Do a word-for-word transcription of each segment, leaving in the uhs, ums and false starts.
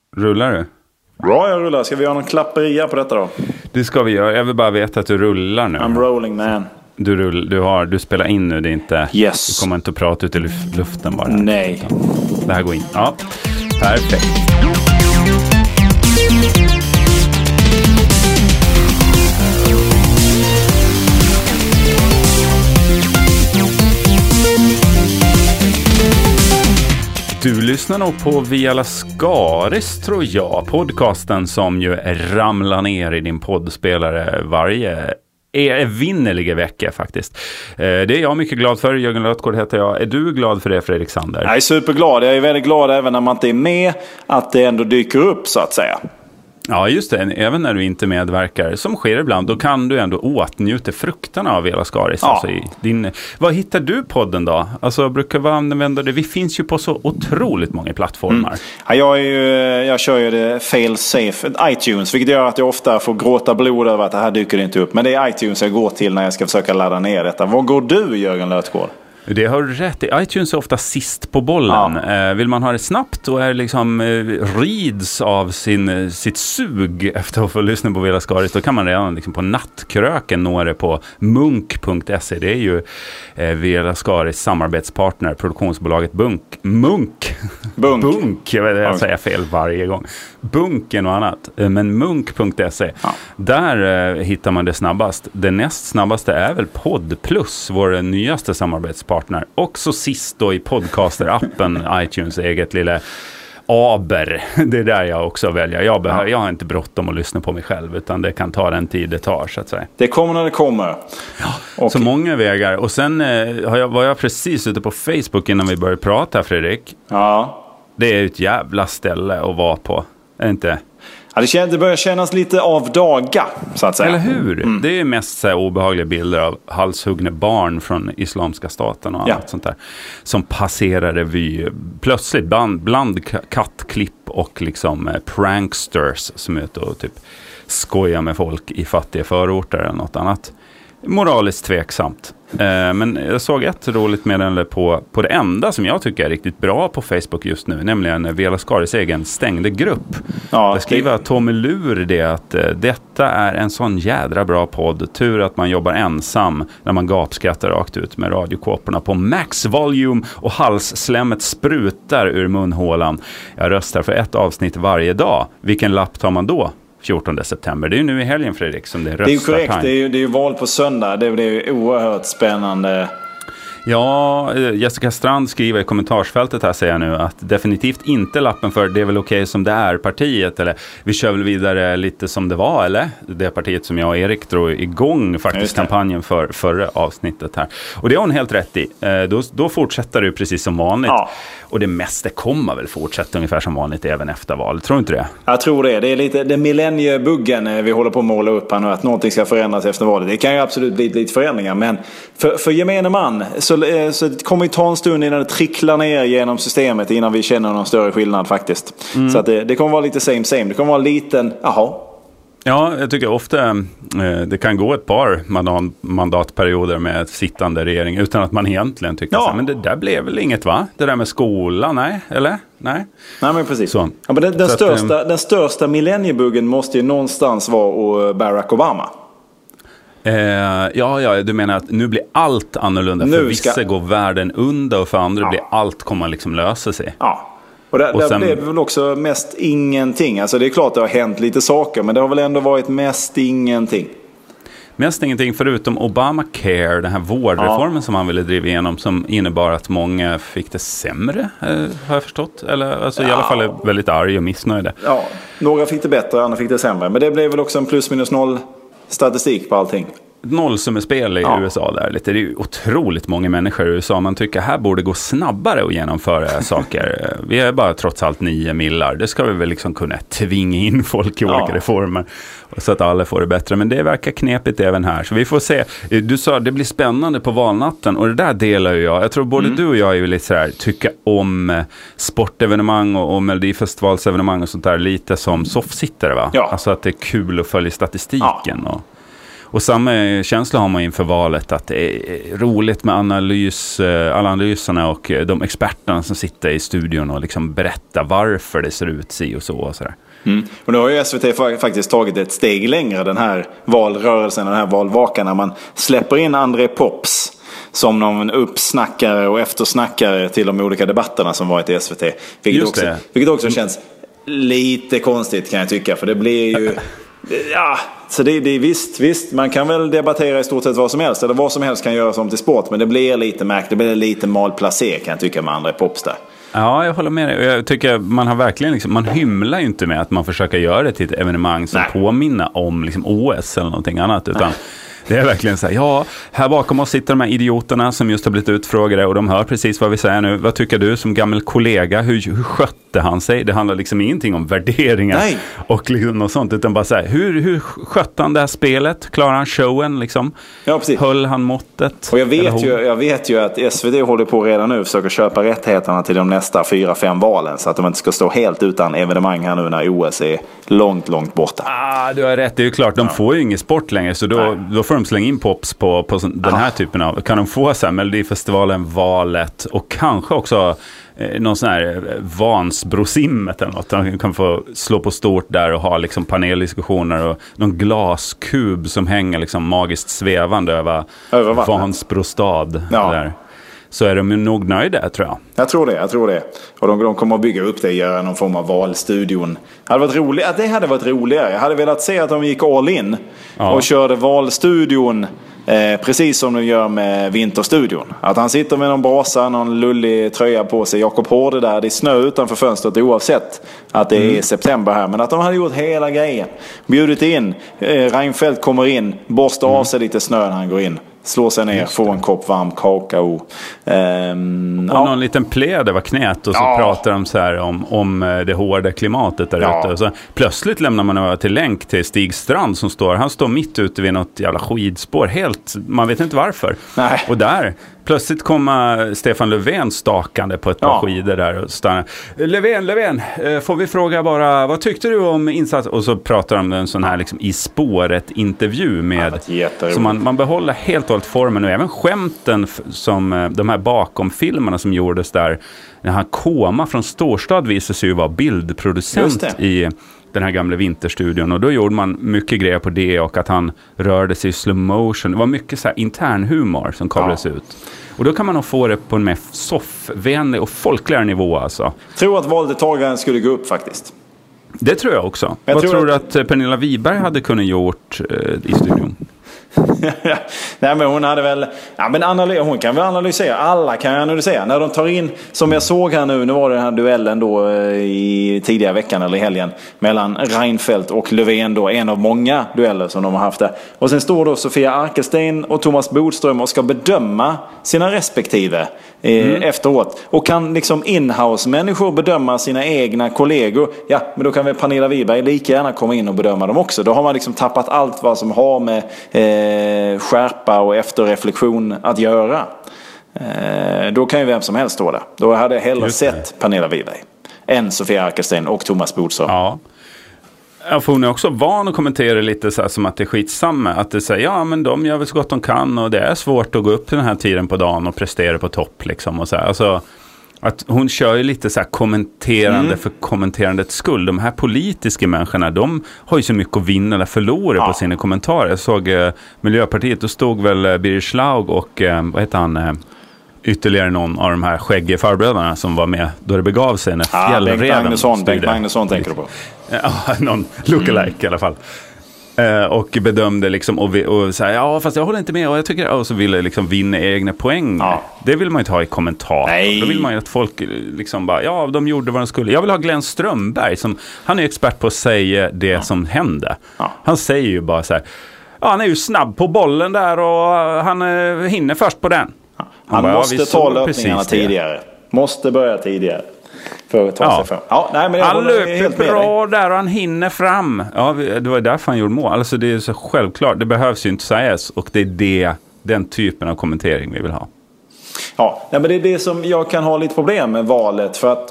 Rullar du? Bra, jag rullar. Ska vi göra någon klapperia på detta då? Det ska vi göra. Jag vill bara veta att du rullar nu. I'm rolling, man. Du, rull, du, har, du spelar in nu, det är inte... Yes. Du kommer inte att prata ut i luften bara. Nej. Det här går in. Ja, perfekt. Du lyssnar nog på Via Lascaris, tror jag. Podcasten som ju ramlar ner i din poddspelare varje evinnerliga vecka faktiskt. Det är jag mycket glad för. Jörgen Lötgård heter jag. Är du glad för det, Fredrik Sander? Jag är superglad. Jag är väldigt glad även när man inte är med att det ändå dyker upp, så att säga. Ja, just det. Även när du inte medverkar, som sker ibland, då kan du ändå åtnjuta frukterna av Via Lascaris. Ja. Alltså i din... Vad hittar du podden då? Alltså, brukar vi använda det? Vi finns ju på så otroligt många plattformar. Mm. Ja, jag, är ju, jag kör ju det fail safe iTunes, vilket gör att jag ofta får gråta blod över att det här dyker inte upp. Men det är iTunes jag går till när jag ska försöka ladda ner detta. Vad går du, Jörgen Lötgård? Det har du rätt i. iTunes är ofta sist på bollen. Ja. Eh, vill man ha det snabbt och är liksom eh, rids av sin, sitt sug efter att få lyssna på Via Lascaris, då kan man redan liksom på nattkröken nå det på munk punkt se. Det är ju eh, Via Lascaris samarbetspartner, produktionsbolaget Bunk. Munk. Bunk. Bunk. Jag vet inte, jag säger fel varje gång. Bunken och annat. Eh, men munk punkt se. Ja. Där eh, hittar man det snabbast. Det näst snabbaste är väl Podd Plus, vår nyaste samarbetspartner. Och så sist då i podcaster-appen iTunes eget lilla aber. Det är där jag också väljer. Jag, behöver, jag har inte bråttom att lyssna på mig själv, utan det kan ta den tid det tar, så att säga. Det kommer när det kommer. Ja, och så många vägar. Och sen eh, har jag, var jag precis ute på Facebook innan vi började prata, Fredrik. Ja. Det är ett jävla ställe att vara på. Är det inte? Ja, det, kän- det börjar kännas lite av daga, så att säga. Eller hur? Mm. Det är mest så här obehagliga bilder av halshuggna barn från Islamiska staten och ja. annat sånt där. Som passerar revy plötsligt bland, bland kattklipp och liksom eh, pranksters som är ute och typ skojar med folk i fattiga förorter eller något annat. Moraliskt tveksamt. Eh, men jag såg ett roligt meddelande på, på det enda som jag tycker är riktigt bra på Facebook just nu, nämligen Via Lascaris egen stängde grupp. Ja, där skriver det... Tommy Lur det att eh, detta är en sån jädra bra podd. Tur att man jobbar ensam när man gapskrattar rakt ut med radiokåporna på max volume och halsslemmet sprutar ur munhålan. Jag röstar för ett avsnitt varje dag. Vilken lapp tar man då? fjortonde september. Det är ju nu i helgen, Fredrik, som det är röstar. Det är ju korrekt. Det är ju, det är ju val på söndag. Det är ju oerhört spännande. Ja, Jessica Strand skriver i kommentarsfältet här, säger jag nu, att definitivt inte lappen för det är väl okej som det är partiet, eller vi kör väl vidare lite som det var, eller? Det partiet som jag och Erik drog igång faktiskt kampanjen för förra avsnittet här. Och det har hon helt rätt i. Då, då fortsätter det precis som vanligt. Ja. Och det mesta kommer väl fortsätta ungefär som vanligt även efter valet. Tror du inte det? Jag tror det. Det är lite det millenniebuggen vi håller på att måla upp här nu, att någonting ska förändras efter valet. Det kan ju absolut bli lite förändringar, men för, för gemene man så, så det kommer ju ta en stund innan det tricklar ner genom systemet innan vi känner någon större skillnad faktiskt. Mm. Så att det, det kommer vara lite same same. Det kommer vara en liten, jaha. Ja, jag tycker ofta eh, det kan gå ett par mandat, mandatperioder med ett sittande regering utan att man egentligen tycker ja. så, men det där blev väl inget, va? Det där med skolan, nej? Eller? Nej, nej men precis. Så. Ja, men den, den, största, att, den största millenniebuggen måste ju någonstans vara Barack Obama. Eh, ja, ja, du menar att nu blir allt annorlunda. Nu för vissa ska... går världen under och för andra ja. blir allt kommer liksom lösa sig. Ja. Och där, och där sen... blev väl också mest ingenting. Alltså det är klart det har hänt lite saker, men det har väl ändå varit mest ingenting. Mest ingenting förutom Obamacare, den här vårdreformen ja. som han ville driva igenom, som innebar att många fick det sämre, eh, har jag förstått. Eller alltså, ja. i alla fall är väldigt arg och missnöjda. Ja, några fick det bättre, andra fick det sämre. Men det blev väl också en plus minus noll statistik på allting. Nollsummespel i ja. U S A där lite. Det är ju otroligt många människor i U S A. Man tycker här borde gå snabbare att genomföra saker. Vi är bara trots allt nio millar. Det ska vi väl liksom kunna tvinga in folk i ja. olika reformer så att alla får det bättre. Men det verkar knepigt även här. Så vi får se. Du sa det blir spännande på valnatten och det där delar ju jag. Jag tror både mm. du och jag är ju lite så här, tycker om sportevenemang och, och melodifestivalsevenemang och sånt där lite som soffsittare, va? Ja. Alltså att det är kul att följa statistiken ja. och Och samma känsla har man inför valet, att det är roligt med analys, alla analyserna och de experterna som sitter i studion och liksom berättar varför det ser ut si och så och sådär. Mm. Och nu har ju S V T faktiskt tagit ett steg längre, den här valrörelsen, den här valvakan, när man släpper in André Pops som någon uppsnackare och eftersnackare till de olika debatterna som varit i S V T. Vilket, också, vilket också känns lite konstigt, kan jag tycka, för det blir ju... Ja, så det, det är visst, visst, man kan väl debattera i stort sett vad som helst, eller vad som helst kan göras om till sport, men det blir lite märkt, det blir lite malplacé, kan jag tycka, med André Pops där. Ja, jag håller med dig. Jag tycker man har verkligen liksom, man hymlar ju inte med att man försöker göra det till ett evenemang som Nej. påminner om liksom O S eller någonting annat, utan Nej. det är verkligen så här, ja, här bakom oss sitter de här idioterna som just har blivit utfrågade och de hör precis vad vi säger nu. Vad tycker du som gammal kollega? Hur, hur skötte han sig? Det handlar liksom ingenting om värderingar Nej. och liksom något sånt, utan bara så här, hur, hur skötte han det här spelet? Klarar han showen liksom? Ja, precis. Höll han måttet? Och jag vet, ju, jag vet ju att S V T håller på redan nu och försöker köpa rättigheterna till de nästa fyra, fem valen, så att de inte ska stå helt utan evenemang här nu när O S är långt, långt borta. Ah, du har rätt. Det är ju klart, de ja. får ju ingen sport längre, så då, då får de slänga in Pops på, på den här ah. typen av, kan de få så här Melodifestivalen, valet och kanske också eh, någon sån här Vansbrosimmet eller något. De kan få slå på stort där och ha liksom paneldiskussioner och någon glaskub som hänger liksom magiskt svävande över, över Vansbrostad ja. där. Så är de nog nöjda, tror jag. Jag tror det, jag tror det. Och de, de kommer att bygga upp det, göra någon form av valstudion. Det hade varit roligt, att det hade varit roligare. Jag hade velat se att de gick all in ja. och körde valstudion eh, precis som de gör med Vinterstudion. Att han sitter med någon brasa, någon lullig tröja på sig. Jakob Hårde där, det är snö utanför fönstret oavsett att det är mm. september här. Men att de hade gjort hela grejen. Bjudit in, eh, Reinfeldt kommer in, borstar mm. av sig lite snö när han går in. Slå sig ner, få en kopp varm kakao. Ehm, och ja. någon liten pläd var knät och så ja. pratar de så här om, om det hårda klimatet där ja. ute. Och så plötsligt lämnar man över till länk till Stig Strand som står, han står mitt ute vid något jävla skidspår. Helt, man vet inte varför. Nej. Och där plötsligt kommer Stefan Löfven stakande på ett par ja. skidor där och stannar. Löfven, Löfven, får vi fråga bara, vad tyckte du om insats? Och så pratar de om en sån här liksom i spåret intervju med, ja, så man, man behåller helt och hållet formen och även skämten som de här bakom-filmerna som gjordes där. När han Koma från Storstad visade sig ju vara bildproducent i den här gamla Vinterstudion, och då gjorde man mycket grejer på det och att han rörde sig i slow motion. Det var mycket så här intern humor som kablades ja. ut. Och då kan man nog få det på en mer soffvänlig och folkligare nivå alltså. Jag tror att valdeltagaren skulle gå upp faktiskt. Det tror jag också. Jag Vad tror, tror att... du att Pernilla Wiberg hade kunnat gjort eh, i studion? Nej, men hon hade väl ja, men analy- hon kan väl analysera, alla kan analysera när de tar in, som jag såg här nu, nu var det den här duellen då i tidigare veckan eller i helgen mellan Reinfeldt och Löfven då, en av många dueller som de har haft där, och sen står då Sofia Arkelsten och Thomas Bodström och ska bedöma sina respektive eh, mm. efteråt, och kan liksom inhouse-människor bedöma sina egna kollegor, ja men då kan väl Pernilla Wiberg lika gärna komma in och bedöma dem också. Då har man liksom tappat allt vad som har med eh, skärpa och efterreflektion att göra. Eh, då kan ju vem som helst stå där. Då hade jag hellre sett Pernilla Wiberg än Sofia Arkelsten och Thomas Bodström. Ja. Ja, för hon är också van att kommentera lite så här som att det är skitsamma. Att det säger, ja men de gör väl så gott de kan och det är svårt att gå upp till den här tiden på dagen och prestera på topp liksom och så här. Alltså, att hon kör ju lite så här kommenterande mm. för kommenterandets skull. De här politiska människorna, de har ju så mycket att vinna eller förlora ja. på sina kommentarer. Jag såg eh, Miljöpartiet, då stod väl eh, Birger Schlaug och eh, vad heter han, eh, ytterligare någon av de här skäggiga farbröderna som var med då det begav sig när ja, fjällreven Bengt Magnusson, Bengt Magnusson tänker du på. Ja, någon lookalike mm. i alla fall. Och bedömde liksom och, vi, och så här, ja fast jag håller inte med och jag tycker och så ville liksom vinna egna poäng. Ja. Det vill man ju inte ha i kommentar. Nej. Då vill man ju att folk liksom bara, ja de gjorde vad de skulle. Jag vill ha Glenn Strömberg som, han är expert på att säga det ja. som hände. Ja. Han säger ju bara så här, ja han är ju snabb på bollen där och han uh, hinner först på den. Ja. Han, han bara, måste ja, ta löpningarna tidigare. Måste börja tidigare. För att ta ja. sig fram. Ja, nej, men han löper bra där och han hinner fram. Ja, det var därför han gjorde mål. Alltså det är så självklart. Det behövs ju inte sägas. Och det är det, den typen av kommentering vi vill ha. Ja, nej, men det är det som jag kan ha lite problem med valet. För att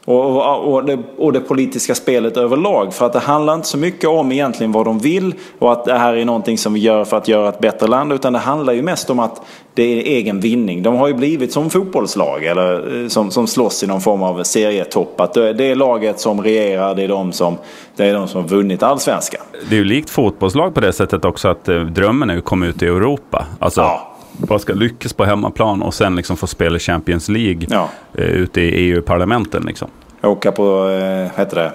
och, och, och, det, och det politiska spelet överlag. För att det handlar inte så mycket om egentligen vad de vill och att det här är någonting som vi gör för att göra ett bättre land, utan det handlar ju mest om att det är egen vinning. De har ju blivit som fotbollslag eller som, som slåss i någon form av serietopp. Att det är laget som regerar, det är de som, det är de som har vunnit allsvenskan. Det är ju likt fotbollslag på det sättet också att eh, drömmen är att komma ut i Europa. Alltså, ja. Bara ska lyckas på hemmaplan och sen liksom få spela Champions League ja. eh, ute i E U-parlamenten liksom. Åka på, eh, heter det,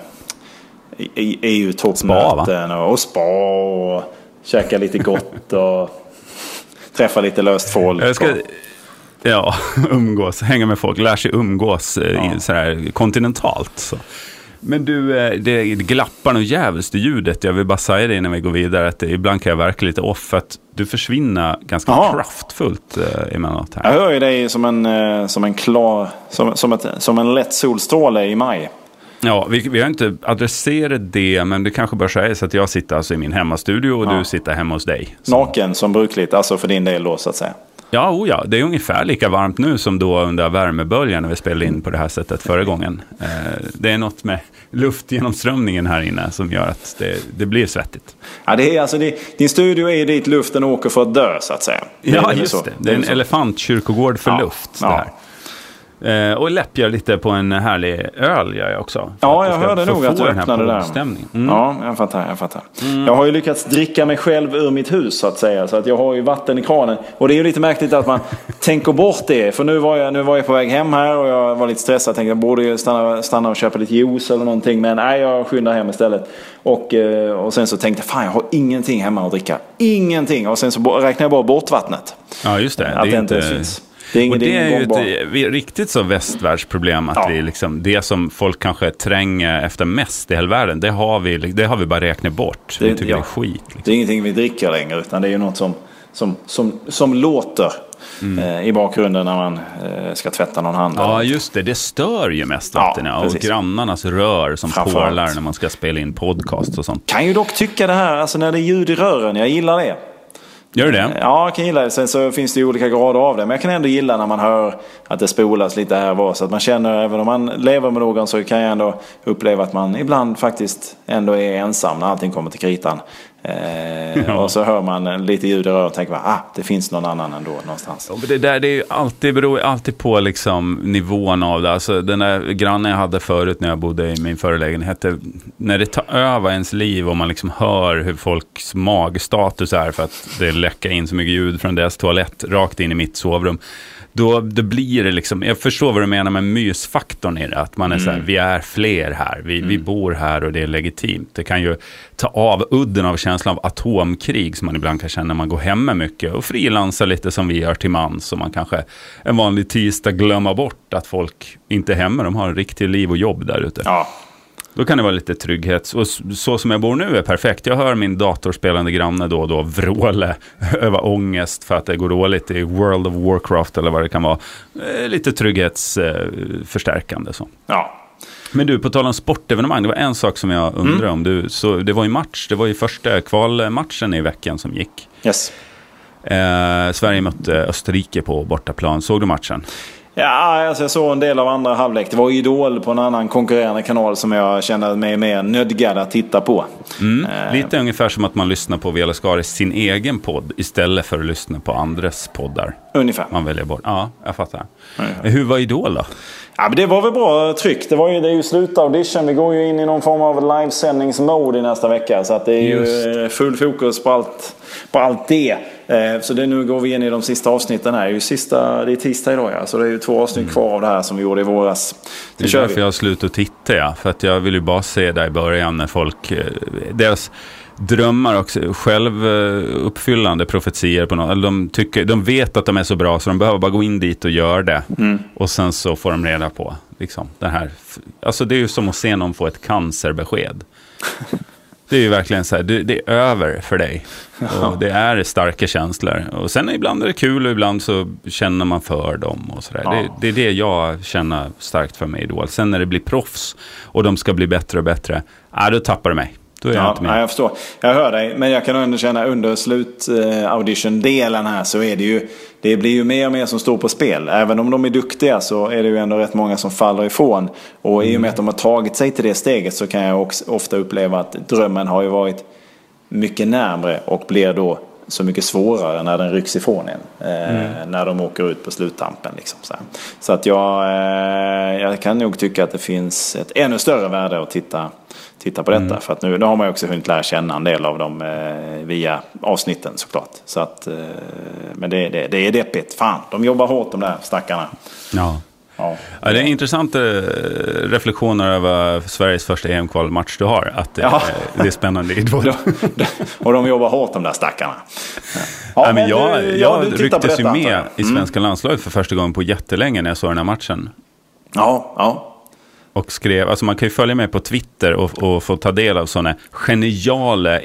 E U-toppmöten och, och spa och käka lite gott och träffa lite löst folk. Jag ska, ja, umgås, hänga med folk, lär sig umgås eh, ja. i, så här, kontinentalt så. Men du, det glappar nog jävligt i ljudet. Jag vill bara säga det innan vi går vidare att ibland kan jag verka lite off för att du försvinner ganska Aha. kraftfullt eh, emellanåt här. Jag hör ju dig som en, som en klar, som, som, ett, som en lätt solstråle i maj. Ja, vi, vi har inte adresserat det, men det kanske bör säga så att jag sitter alltså i min hemmastudio och ja. du sitter hemma hos dig. Så. Naken som brukligt, alltså för din del då så att säga. Ja, oh ja, det är ungefär lika varmt nu som då under värmeböljan när vi spelade in på det här sättet förra gången. Eh, det är något med luftgenomströmningen här inne som gör att det, det blir svettigt. Ja, det är alltså det, din studio är dit luften åker för att dö så att säga. Det ja, just så. det. Det är en elefantkyrkogård för ja. luft. Ja. Det här. Eh, och läppjar lite på en härlig öl gör jag också. Ja, jag hörde nog att du öppnade det där. Mm. Ja, jag fattar, jag fattar. Mm. Jag har ju lyckats dricka mig själv ur mitt hus så att säga. Så att jag har ju vatten i kranen. Och det är ju lite märkligt att man tänker bort det. För nu var, jag, nu var jag på väg hem här och jag var lite stressad. Jag tänkte jag borde stanna, stanna och köpa lite juice eller någonting. Men nej, jag skyndar hem istället. Och, och sen så tänkte jag, fan jag har ingenting hemma att dricka. Ingenting. Och sen så räknar jag bara bort vattnet. Ja, just det. Att det, det inte finns. Det är, och det är ju ett riktigt så västvärldsproblem att ja. vi liksom, det som folk kanske tränger efter mest i hela världen, det har vi, det har vi bara räknat bort. Det, vi tycker ja. det är skit. Liksom. Det är ingenting vi dricker längre, utan det är ju något som, som, som, som låter mm. eh, i bakgrunden när man eh, ska tvätta någon hand. Ja, just det. Det stör ju mest vatten. Ja, och grannarnas rör som pålar när man ska spela in podcast och sånt. Kan ju dock tycka det här, alltså när det är ljud i rören, jag gillar det. Gör det? Ja, jag kan gilla det. Sen så finns det ju olika grader av det. Men jag kan ändå gilla när man hör att det spolas lite här och var. Så att man känner, även om man lever med någon så kan jag ändå uppleva att man ibland faktiskt ändå är ensam när allting kommer till kritan. Eh, ja. Och så hör man lite ljud i rör och tänker man, ah, det finns någon annan ändå någonstans. Ja, det där det är ju alltid, beror alltid på liksom nivån av det. Alltså den där grannen jag hade förut när jag bodde i min förlägenhet, när det tar över ens liv och man liksom hör hur folks magstatus är för att det läcker in så mycket ljud från deras toalett rakt in i mitt sovrum. Då, då blir det liksom, jag förstår vad du menar med mysfaktorn i det, att man är mm. så här, vi är fler här, vi, mm. vi bor här och det är legitimt. Det kan ju ta av udden av känslan av atomkrig som man ibland kan känna när man går hemma mycket och frilansar lite som vi gör till man, så man kanske en vanlig tisdag glömmer bort att folk inte är hemma, de har en riktig liv och jobb där ute. Ja. Då kan det vara lite trygghet. Och så som jag bor nu är perfekt. Jag hör min datorspelande granne då och då vråla över ångest för att det går dåligt i World of Warcraft eller vad det kan vara. Lite trygghetsförstärkande så. Ja. Men du, på tal om sportevenemang, det var en sak som jag undrar mm. om. Du, så det var ju match, det var ju första kvalmatchen i veckan som gick. Yes. Eh, Sverige mötte Österrike på bortaplan. Såg du matchen? Ja, alltså jag såg en del av andra halvlek. Det var Idol på en annan konkurrerande kanal som jag kände mig mer nödgad att titta på. Mm, eh. Lite ungefär som att man lyssnar på Vela Skaris sin egen podd istället för att lyssna på andres poddar. Ungefär. Man väljer bort. Ja, jag fattar. Ungefär. Hur var Idol då? Ja, men det var väl bra tryck. Det, var ju, det är ju slutaudition. Vi går ju in i någon form av livesändningsmode i nästa vecka. Så att det är Just. ju full fokus på allt, på allt det. Så det, nu går vi in i de sista avsnitten här. Det är ju sista, det är tisdag idag, ja. Så det är ju två avsnitt kvar av det här som vi gjorde i våras. Det är därför vi. jag har slutat att titta, ja. För att jag vill ju bara se där i början när folk... Deras drömmar och självuppfyllande profetier på något. Eller de, tycker, de vet att de är så bra så de behöver bara gå in dit och göra det. Mm. Och sen så får de reda på liksom, den här... Alltså det är ju som att se någon få ett cancerbesked. Det är ju verkligen så här, det, det är över för dig. Och det är starka känslor. Och sen ibland är det kul och ibland så känner man för dem och sådär. Ja. Det, det är det jag känner starkt för mig då. Sen när det blir proffs och de ska bli bättre och bättre, äh, då tappar det mig. Då är jag ja, inte med. Ja, jag förstår. Jag hör dig, men jag kan ändå känna under slut-audition-delen här så är det ju, det blir ju mer och mer som står på spel. Även om de är duktiga så är det ju ändå rätt många som faller ifrån. Och i och med att de har tagit sig till det steget så kan jag också ofta uppleva att drömmen har ju varit mycket närmare och blir då så mycket svårare när den rycks ifrån en. Eh, mm. När de åker ut på sluttampen. Liksom, så så att jag, eh, jag kan nog tycka att det finns ett ännu större värde att titta, titta på detta. Mm. För att nu, nu har man ju också hunnit lära känna en del av dem eh, via avsnitten såklart. Så att, eh, men det, det, det är deppigt. Fan, de jobbar hårt de där stackarna. Ja. Ja. Ja, det är intressanta reflektioner över Sveriges första E M-kvalmatch du har. Att det, ja. det är spännande idrott. Och de jobbar hårt de där stackarna. Ja, ja, men jag jag ja, rycktes ju med mm. i svenska landslaget för första gången på jättelänge när jag såg den här matchen. Ja, ja. Och skrev, alltså man kan ju följa med på Twitter och, och få ta del av sådana geniala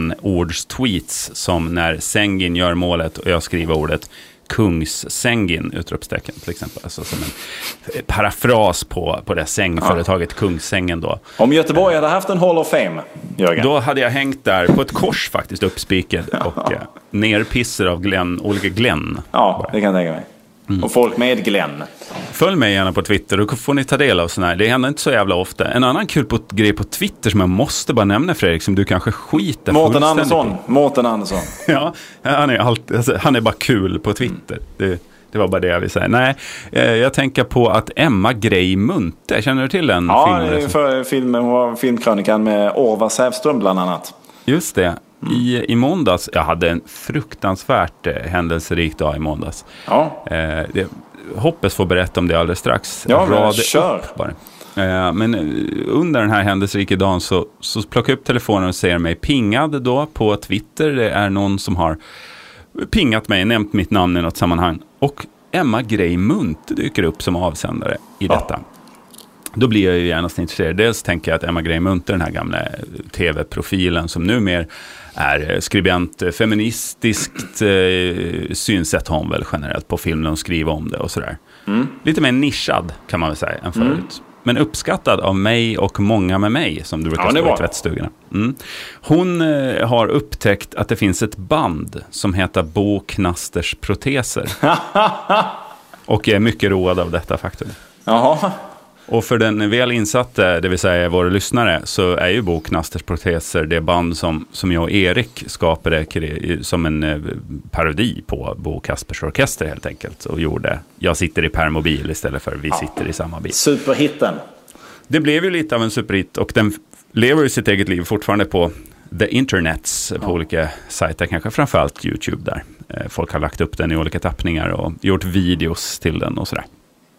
enordstweets som när Sengin gör målet och jag skriver ordet Kungssängin, utropstecken till exempel. Alltså som en parafras på, på det sängföretaget ja. Kungssängen då. Om Göteborg hade haft en Hall of Fame, Jörgen. Då hade jag hängt där på ett kors faktiskt uppspikad och eh, nerpisser av Glenn, olika Glenn. Ja, bara. Det kan jag tänka mig. Mm. Och folk med Glenn. Följ mig gärna på Twitter, då får ni ta del av sådana här. Det händer inte så jävla ofta. En annan kul på, grej på Twitter som jag måste bara nämna, Fredrik, som du kanske skiter Mårten Andersson. Mårten Andersson. Ja, han är, alltid, alltså, han är bara kul på Twitter. Det, det var bara det jag ville säga. Nej, eh, jag tänker på att Emma Grey Munthe, känner du till den ja, filmen? Ja, det är för filmen, hon var filmkrönikan med Orvar Sävström bland annat. Just det. Mm. I, I måndags, jag hade en fruktansvärt eh, händelserik dag i måndags. Ja. Eh, det, hoppas få berätta om det alldeles strax. Ja, men kör. Bara. Eh, men under den här händelserika dagen så, så plockar jag upp telefonen och ser mig pingad då på Twitter. Det är någon som har pingat mig, nämnt mitt namn i något sammanhang. Och Emma Grey Munthe dyker upp som avsändare i detta. Ja. Då blir jag ju gärna intresserad. Dels tänker jag att Emma Grey Munthe, den här gamla tv-profilen som numera är skribent, feministiskt eh, synsätt har hon väl generellt på filmen och skriva om det och sådär. Mm. Lite mer nischad kan man väl säga än förut. Mm. Men uppskattad av mig och många med mig som du brukar ja, stå i tvättstugorna. Mm. Hon eh, har upptäckt att det finns ett band som heter Bo Knasters Proteser. Och är mycket road av detta faktum. Jaha. Och för den väl insatte, det vill säga våra lyssnare, så är ju Bo Knasters Proteser det band som, som jag och Erik skapade som en eh, parodi på Bo Kaspers Orkester helt enkelt. Och gjorde Jag sitter i permobil istället för Vi ja. sitter i samma bil. Superhitten. Det blev ju lite av en superhit och den lever ju sitt eget liv fortfarande på the internets, på ja. olika sajter, kanske framförallt YouTube där. Eh, folk har lagt upp den i olika tappningar och gjort videos till den och sådär.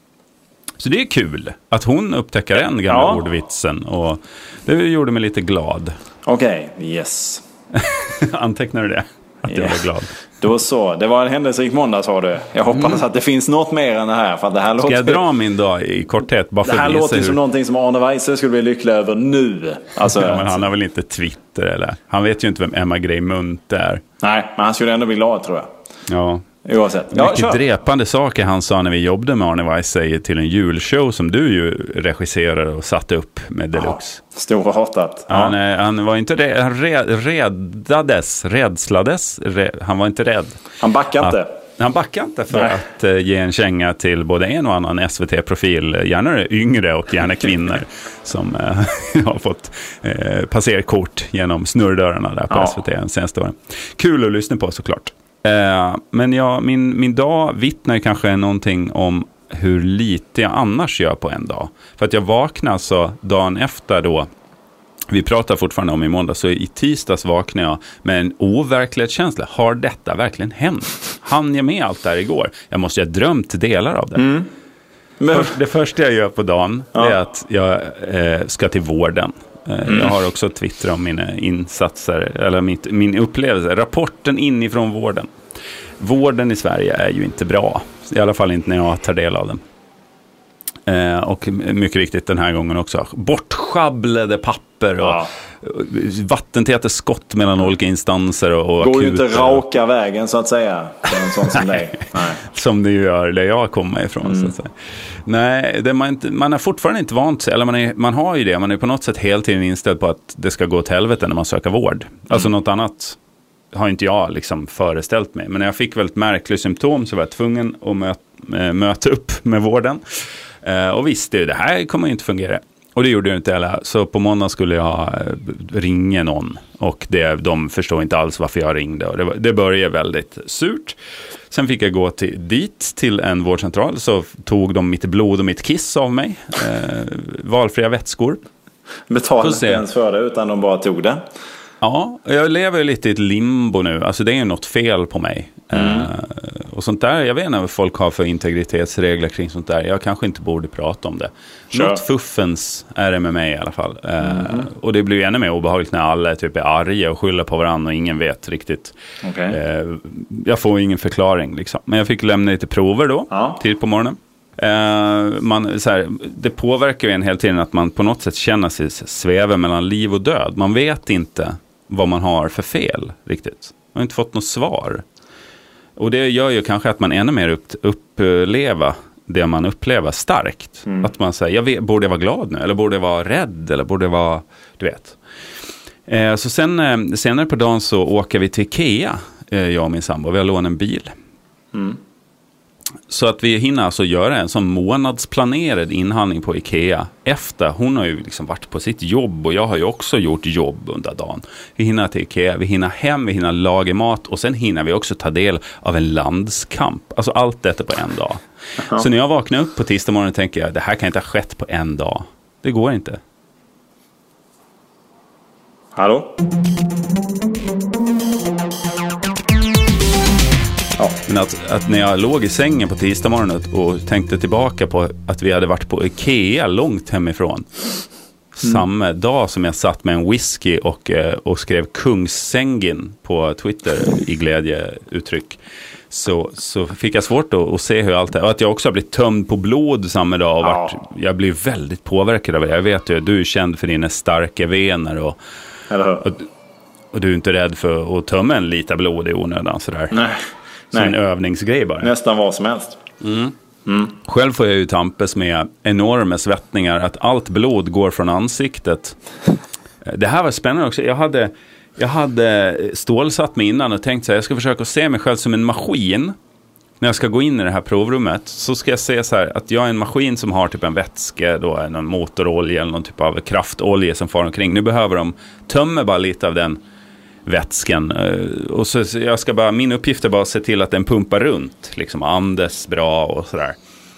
Så det är kul att hon upptäcker den gamla ja. ordvitsen och det gjorde mig lite glad. Okej, okay, yes. Antecknar du det? Att yeah. jag blev glad. Då så, det var en händelserik måndag sa du. Jag hoppas mm. att det finns något mer än det här. För att det här Ska låter... jag dra min dag i korthet? Bara för det här låter hur... som någonting som Arne Weise skulle bli lycklig över nu. Alltså, ja, men han har väl inte Twitter eller? Han vet ju inte vem Emma Grey Munthe är. Nej, men han skulle ändå bli glad tror jag. Ja. Oavsett. Ja, mycket kör. Drepande saker han sa när vi jobbade med Arne Weise till en julshow som du ju regisserade och satte upp med Deluxe. Ja, stora hatat. Ja. Han, han var inte rädd, han räddades, rädslades, red, han var inte rädd. Han backade inte. Han backade inte för Nej. att uh, ge en känga till både en och annan S V T-profil, gärna yngre och gärna kvinnor som uh, har fått uh, passerkort genom snurrdörrarna där på ja. S V T den senaste åren. Kul att lyssna på såklart. Uh, men ja, min, min dag vittnar ju kanske någonting om hur lite jag annars gör på en dag. För att jag vaknar så dagen efter då, vi pratar fortfarande om i måndag, så i tisdags vaknar jag med en overklighetskänsla. Har detta verkligen hänt? Hann jag med allt där igår? Jag måste ju ha drömt delar av det. Mm. Men... För, det första jag gör på dagen ja. är att jag eh, ska till vården. Mm. Jag har också twittrat om mina insatser, eller mitt, min upplevelse, rapporten inifrån vården. Vården i Sverige är ju inte bra, i alla fall inte när jag tar del av den. Eh, och mycket riktigt den här gången också bortschabblade papper och, ja. vattentäta skott mellan olika instanser och, och går ju inte raka vägen så att säga för en sån som dig. Nej. Som det gör där jag kommer ifrån mm. så att säga. Nej, det man, inte, man har fortfarande inte vant sig, eller man, är, man har ju det, man är på något sätt hela tiden inställd på att det ska gå till helvete när man söker vård. Mm. Alltså något annat har inte jag liksom föreställt mig. Men när jag fick väldigt märkliga symptom så var jag tvungen att möta, äh, möta upp med vården. Uh, och visste ju, det här kommer inte fungera. Och det gjorde jag inte heller. Så på måndag skulle jag uh, ringa någon. Och det, de förstod inte alls varför jag ringde. Och det, var, det började väldigt surt. Sen fick jag gå till, dit till en vårdcentral. Så tog de mitt blod och mitt kiss av mig. Uh, valfria vätskor. Betalade inte ens för det utan de bara tog det. Ja, jag lever lite i ett limbo nu. Alltså det är ju något fel på mig. Mm. Uh, och sånt där, jag vet inte vad folk har för integritetsregler kring sånt där. Jag kanske inte borde prata om det. Sure. Något fuffens är det med mig i alla fall. Uh, mm. Och det blir ju ännu mer obehagligt när alla är typ är arga och skyller på varandra och ingen vet riktigt. Okay. Uh, jag får ingen förklaring liksom. Men jag fick lämna lite prover då, ja. Tid på morgonen. Uh, man, så här, det påverkar ju en hela tiden att man på något sätt känner sig sväva mellan liv och död. Man vet inte vad man har för fel riktigt. Man har inte fått något svar. Och det gör ju kanske att man ännu mer upp, uppleva det man upplever starkt. Mm. Att man säger, jag vet, borde jag vara glad nu? Eller borde jag vara rädd? Eller borde jag vara, du vet. Eh, så sen, eh, senare på dagen så åker vi till Ikea, eh, jag och min sambo. Vi har lånat en bil. Mm. Så att vi hinner alltså göra en sån månadsplanerad inhandling på Ikea efter. Hon har ju liksom varit på sitt jobb och jag har ju också gjort jobb under dagen. Vi hinner till Ikea, vi hinner hem, vi hinner laga mat och sen hinner vi också ta del av en landskamp. Alltså allt detta på en dag. Uh-huh. Så när jag vaknar upp på tisdag morgon tänker jag, det här kan inte ha skett på en dag. Det går inte. Hallå? Ja. Men att, att när jag låg i sängen på tisdag morgonen och tänkte tillbaka på att vi hade varit på Ikea långt hemifrån. Mm. Samma dag som jag satt med en whisky och, och skrev Kungssängin på Twitter i glädjeuttryck. Så, så fick jag svårt att, att se hur allt är. Och att jag också har blivit tömd på blod samma dag. Och varit, ja. Jag blir väldigt påverkad av det. Jag vet ju att du är känd för dina starka vener och... och, och du är inte rädd för att tömma en liter blod i onödan sådär. Nej. Som Nej. En övningsgrej bara. Nästan vad som helst. Mm. Mm. Själv får jag ju tampas med enorma svettningar. Att allt blod går från ansiktet. Det här var spännande också. Jag hade, jag hade stålsatt mig innan och tänkt så här, jag ska försöka se mig själv som en maskin. När jag ska gå in i det här provrummet så ska jag se så här att jag är en maskin som har typ en vätske, då är någon motorolja eller någon typ av kraftolja som far omkring. Nu behöver de tömma bara lite av den vätskan. Och så jag ska bara, min uppgift är bara att se till att den pumpar runt, liksom andas bra och sådär.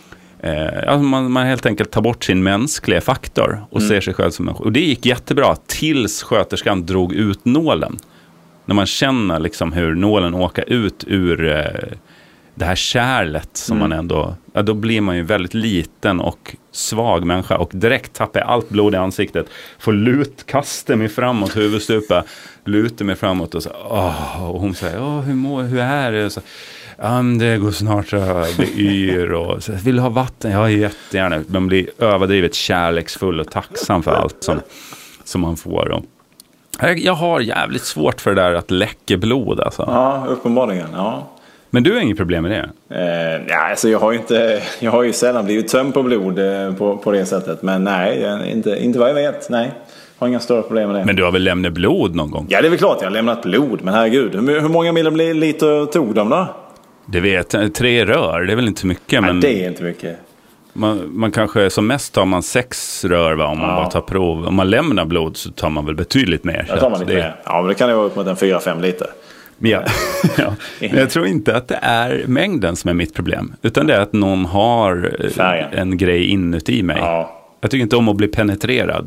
Eh, alltså man, man helt enkelt tar bort sin mänskliga faktor och mm. ser sig själv som en... Och det gick jättebra tills sköterskan drog ut nålen. När man känner liksom hur nålen åker ut ur eh, det här kärlet som mm. man ändå... Ja, då blir man ju väldigt liten och svag människa och direkt tappar jag allt blod i ansiktet. Får lut, kasta mig framåt, huvudstupa, luta mig framåt och så... Åh, och hon säger, åh, hur, mår, hur är det? Och så, Um, det går snart att bli yr och så, vill du ha vatten? Ja, jättegärna. Man blir överdrivet kärleksfull och tacksam för allt som, som man får. Och jag, jag har jävligt svårt för det där att läcka blod. Alltså. Ja, uppenbarligen. Ja. Men du har inget problem med det? Eh, ja, alltså jag har ju inte, jag har ju sällan blivit tömd på blod eh, på, på det sättet. Men nej, inte, inte vad jag vet. Nej. Har inga större problem med det. Men du har väl lämnat blod någon gång? Ja, det är väl klart jag har lämnat blod. Men herregud, hur, hur många milliliter tog de då? Det vet, tre rör, det är väl inte så mycket. Nej, men det är inte mycket. Man, man kanske, som mest tar man sex rör va, om man ja. bara tar prov. Om man lämnar blod så tar man väl betydligt mer. Ja, tar man lite det... mer. Ja, men det kan ju vara upp mot en fyra fem liter. Ja. ja. Men jag tror inte att det är mängden som är mitt problem. Utan det är att någon har Färgen. en grej inuti mig. Ja. Jag tycker inte om att bli penetrerad.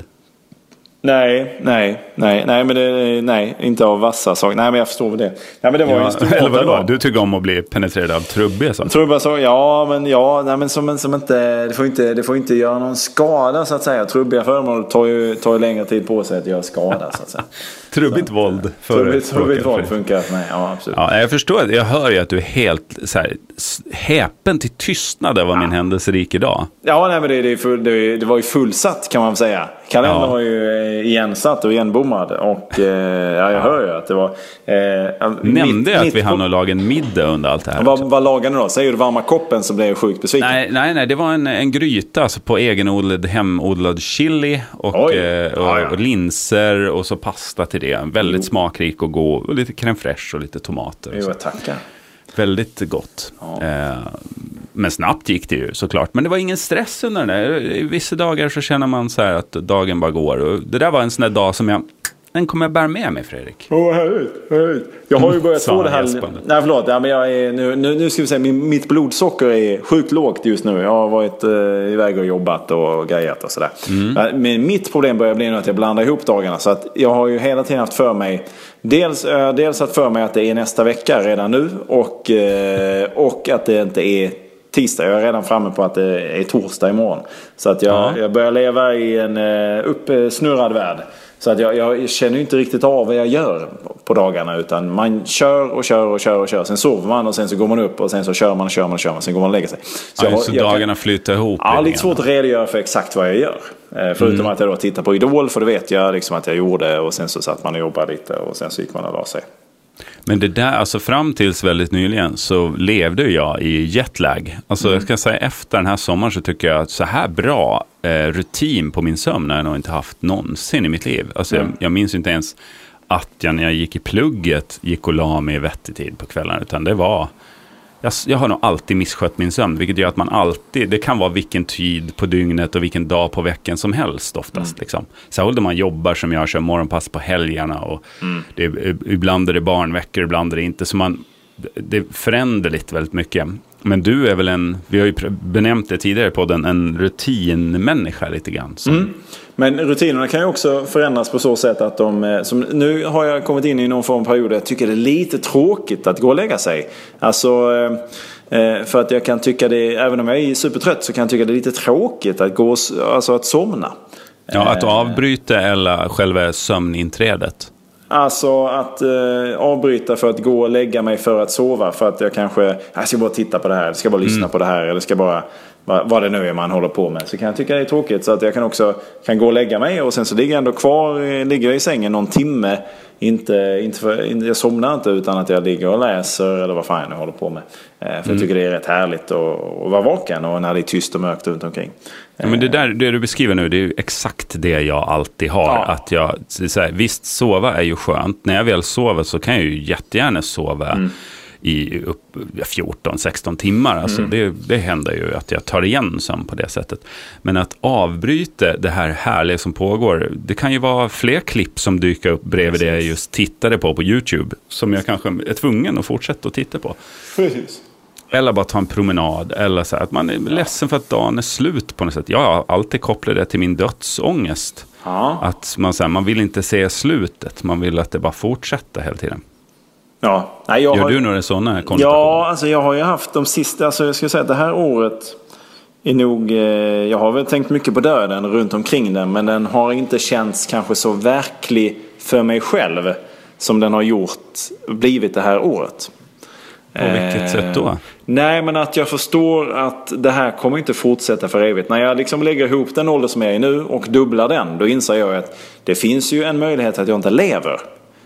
Nej, nej, nej, nej, men det, nej, inte av vassa saker. Nej, men jag förstår det. Nej, men det var ja, ju eller vadå? Du tycker om att bli penetrerad av trubbiga så. Trubbiga så, ja, men ja, nej, men som, som inte, det får inte, det får inte göra någon skada så att säga. Trubbiga föremål tar ju, tar ju längre tid på sig att göra skada så att säga. Trubbigt så, våld. Trubbigt, trubbigt våld funkar för mig, ja, absolut. Ja, jag förstår, jag hör ju att du är helt så här, häpen till tystnad över ja. min händelserik idag. Ja, nej, men det, det, full, det, det var ju fullsatt kan man säga. kalendern Ja. var ju igensatt och igenbommad. Och eh, ja, jag hör ju att det var... Eh, Nämnde jag att vi på- hann att laga en middag under allt det här? Vad, vad lagar ni då? Säger du varma koppen så blir jag sjukt besviken. Nej, nej, nej, det var en, en gryta alltså på egenodlad, hemodlad chili och, Oj. eh, och, Ja, ja. och linser och så pasta till det. Väldigt smakrik och god. Och lite crème fraîche och lite tomater. Och Jo, så. tackar. Väldigt gott. Ja. Eh, men snabbt gick det ju såklart. Men det var ingen stress under den där. I vissa dagar så känner man så här att dagen bara går. Och det där var en sån där dag som jag... Den kommer jag bära med mig, Fredrik. Åh, härligt, härligt. Jag har ju börjat Sa få det han här... gäspande. Nej, förlåt. Ja, men jag är, nu, nu, nu ska vi säga, min, mitt blodsocker är sjukt lågt just nu. Jag har varit eh, iväg och jobbat och grejat och sådär. Mm. Men mitt problem börjar bli nu att jag blandar ihop dagarna. Så att jag har ju hela tiden haft för mig... Dels, eh, dels haft för mig att det är nästa vecka redan nu. Och, eh, och att det inte är... tisdag. Jag är redan framme på att det är torsdag imorgon. Så att jag, Ja. jag börjar leva i en uh, uppsnurrad värld. Så att jag, jag känner ju inte riktigt av vad jag gör på dagarna. Utan man kör och kör och kör och kör. Sen sover man och sen så går man upp och sen så kör man och kör man och kör man. Sen går man och lägger sig. Så, Ja, jag, så jag dagarna kan, flyter ihop. ja, lite lite svårt grann. att redogöra för exakt vad jag gör. Eh, Förutom Mm. att jag då tittar på Idol. För det vet jag liksom att jag gjorde. Och sen så satt man och jobbade lite. Och sen så gick man och la sig. Men det där, alltså fram tills väldigt nyligen så levde jag i jetlag. Alltså jag ska säga efter den här sommaren så tycker jag att så här bra eh, rutin på min sömn har jag nog inte haft någonsin i mitt liv. Alltså Mm. jag, jag minns inte ens att jag när jag gick i plugget gick och la mig i vettig tid på kvällen. Utan det var, jag, jag har nog alltid misskött min sömn. Vilket gör att man alltid, det kan vara vilken tid på dygnet och vilken dag på veckan som helst oftast. Mm. Liksom. Särskilt om man jobbar som jag, kör morgonpass på helgerna. Och mm. det, ibland är det barnveckor, ibland är det inte. Så man, det förändrar lite väldigt mycket. Men du är väl en, vi har ju benämnt det tidigare på den, en rutinmänniska lite grann. Som... Mm. Men rutinerna kan ju också förändras på så sätt att de, som, nu har jag kommit in i någon form av period där jag tycker det är lite tråkigt att gå och lägga sig. Alltså, eh, för att jag kan tycka det, även om jag är supertrött så kan jag tycka det är lite tråkigt att gå, alltså att somna. Ja, att avbryta eller själva sömninträdet. Alltså att eh, avbryta för att gå och lägga mig för att sova. För att jag kanske, jag ska bara titta på det här, jag ska bara lyssna mm. på det här. Eller ska bara, vad, vad det nu är man håller på med. Så kan jag tycka det är tråkigt. Så att jag kan också kan gå och lägga mig. Och sen så ligger jag ändå kvar, ligger jag i sängen någon timme. Inte, inte för, jag somnar inte utan att jag ligger och läser. Eller vad fan jag nu håller på med. Eh, för mm. jag tycker det är rätt härligt att, att vara vaken. Och när det är tyst och mörkt runt omkring. Ja, men det, där, det du beskriver nu, det är ju exakt det jag alltid har. Ja. Att jag, så här, visst, sova är ju skönt. När jag väl sover så kan jag ju jättegärna sova mm. i upp fjorton sexton timmar. Alltså, mm. det, det händer ju att jag tar igen sömn på det sättet. Men att avbryta det här härliga som pågår, det kan ju vara fler klipp som dyker upp bredvid Precis. Det jag just tittade på på YouTube. Som jag kanske är tvungen att fortsätta att titta på. Precis. Eller bara ta en promenad. Eller så här, att man är ledsen för att dagen är slut på något sätt. Jag har alltid kopplat det till min dödsångest. Ja. Att man, så här, man vill inte se slutet. Man vill att det bara fortsätter hela tiden. Ja. Nej, jag Gör har... du några sådana konnotationer? Ja, alltså jag har ju haft de sista... Alltså jag ska säga att det här året är nog... Eh, jag har väl tänkt mycket på döden runt omkring den. Men den har inte känts kanske så verklig för mig själv som den har gjort, blivit det här året. På vilket sätt då? Nej, men att jag förstår att det här kommer inte fortsätta för evigt. När jag liksom lägger ihop den ålder som jag är nu och dubblar den, då inser jag att det finns ju en möjlighet att jag inte lever.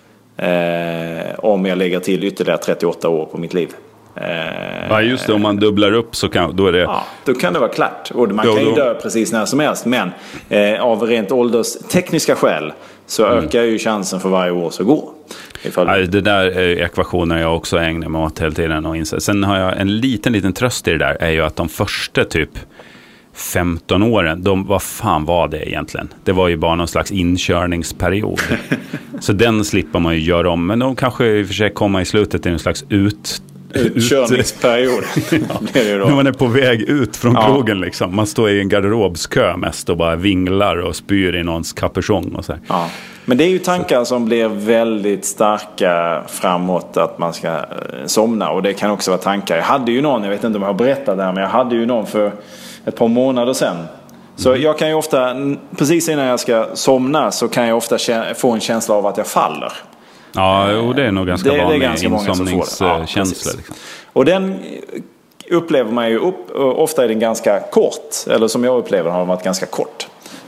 Eh, om jag lägger till ytterligare trettioåtta år på mitt liv. Eh, ja, just det. Om man dubblar upp så kan, då är det... Ja, då kan det vara klart. Och man då, kan ju då... dö precis när som helst. Men eh, av rent ålderstekniska skäl så mm. ökar ju chansen för varje år som går. Ifall... Ja, det där är ekvationer jag också ägnar mig åt hela tiden. Och inser. Sen har jag en liten, liten tröst i det där. Är ju att de första typ femton åren, de, vad fan var det egentligen? Det var ju bara någon slags inkörningsperiod. Så den slipper man ju göra om. Men de kanske i och för sig kommer i slutet till en slags ut... utkörningsperiod. Ja, när man är på väg ut från ja. krogen liksom. Man står i en garderobskö mest och bara vinglar och spyr i någons kapuschong och så här. Ja. Men det är ju tankar som blir väldigt starka framåt att man ska somna. Och det kan också vara tankar. Jag hade ju någon, jag vet inte om jag har berättat det här, men jag hade ju någon för ett par månader sedan. Så mm. jag kan ju ofta, precis innan jag ska somna så kan jag ofta få en känsla av att jag faller. Ja, och det är nog ganska vanligt. vanlig ganska insomningskänsla. Ja, liksom. Och den upplever man ju upp, ofta är den ganska kort. Eller som jag upplever har den varit ganska kort.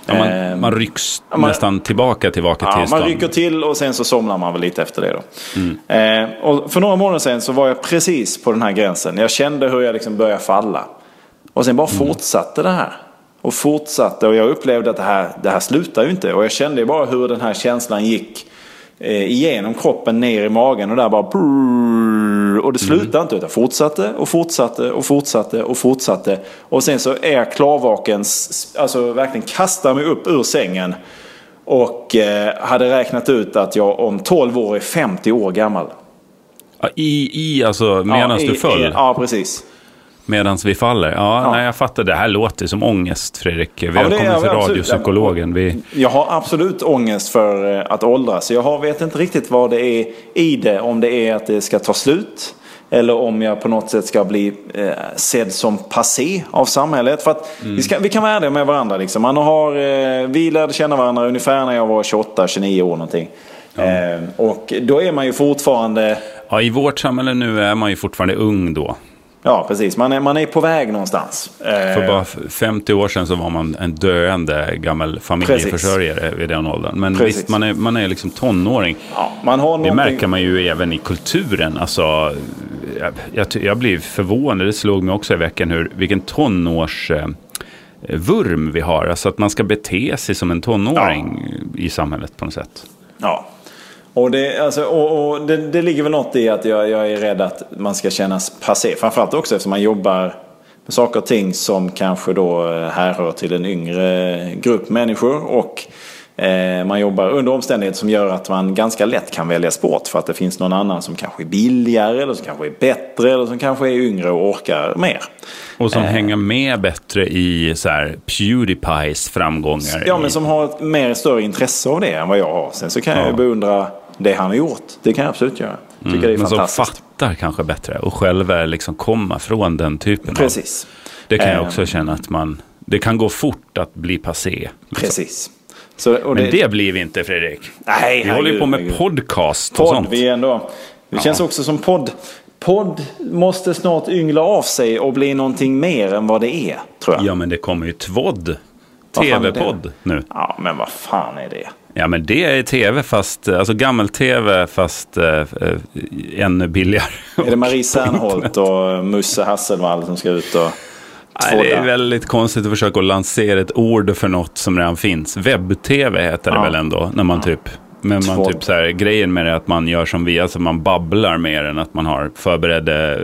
Ja, man, eh, man rycks man, nästan tillbaka till vaket ja, tillstånd. Man rycker till och sen så somnar man väl lite efter det då. Mm. Eh, och för några månader sedan så var jag precis på den här gränsen. Jag kände hur jag liksom började falla. Och sen bara mm. fortsatte det här. Och fortsatte och jag upplevde att det här, det här slutar ju inte. Och jag kände ju bara hur den här känslan gick eh, igenom kroppen ner i magen. Och där bara brrr, och det slutade mm. inte utan fortsatte och fortsatte och fortsatte och fortsatte. Och sen så är jag klarvaken, alltså verkligen kastar mig upp ur sängen. Och eh, hade räknat ut att jag om tolv år är femtio år gammal. Ja, i, i alltså medan ja, du föll? I, ja, precis. Medans vi faller. Ja, ja. Nej, jag fattar. Det här låter som ångest, Fredrik. Välkommen ja, till radiopsykologen. Vi... Jag har absolut ångest för att åldras. Jag har, vet inte riktigt vad det är i det. Om det är att det ska ta slut. Eller om jag på något sätt ska bli eh, sedd som passé av samhället. För att mm. vi, ska, vi kan vara ärliga med varandra. Liksom. Man har, eh, vi lärde känna varandra ungefär när jag var tjugoåtta tjugonio år någonting. Ja. Eh, och då är man ju fortfarande... Ja, i vårt samhälle nu är man ju fortfarande ung då. Ja, precis. Man är, man är på väg någonstans. För bara femtio år sedan så var man en döende gammal familjeförsörjare precis. Vid den åldern. Men precis. Visst, man är, man är liksom tonåring. Ja, man har någonting... Det märker man ju även i kulturen. Alltså, jag, jag, jag blir förvånad. Det slog mig också i veckan hur, vilken tonårs... Eh, vurm vi har. Alltså att man ska bete sig som en tonåring ja. I samhället på något sätt. Ja. Och, det, alltså, och, och det, det ligger väl något i att jag, jag är rädd att man ska kännas passé. Framförallt också eftersom man jobbar med saker och ting som kanske då härrör till en yngre grupp människor. Och eh, man jobbar under omständigheter som gör att man ganska lätt kan välja sport. För att det finns någon annan som kanske är billigare eller som kanske är bättre eller som kanske är yngre och orkar mer. Och som eh. hänger med bättre i så här PewDiePies framgångar. Ja, men som har ett mer större intresse av det än vad jag har. Sen så kan ja. jag beundra det han har gjort. Det kan jag absolut göra. Tycker mm, det är men fantastiskt. Som fattar kanske bättre och själva liksom komma från den typen. Precis. Av. Det kan jag också känna att man... Det kan gå fort att bli passé. Liksom. Precis. Så, och men det, det blir vi inte, Fredrik. Nej, vi håller ju på med herregud. podcast podd, och sånt. Vi är ändå, det ja. känns också som podd. Podd måste snart yngla av sig och bli någonting mer än vad det är, tror jag. Ja, men det kommer ju tvodd. T V-podd nu. Ja, men vad fan är det? Ja, men det är tv fast, alltså gammel-tv fast äh, äh, ännu billigare. Är det Marie Serneholt och Musse Hasselvall som ska ut och... Nej, det är väldigt konstigt att försöka lansera ett ord för något som redan finns. Webb-tv heter det ja. väl ändå, när man ja. typ... Men man typ så här, grejen med det är att man gör som vi, alltså man babblar mer än att man har förberedda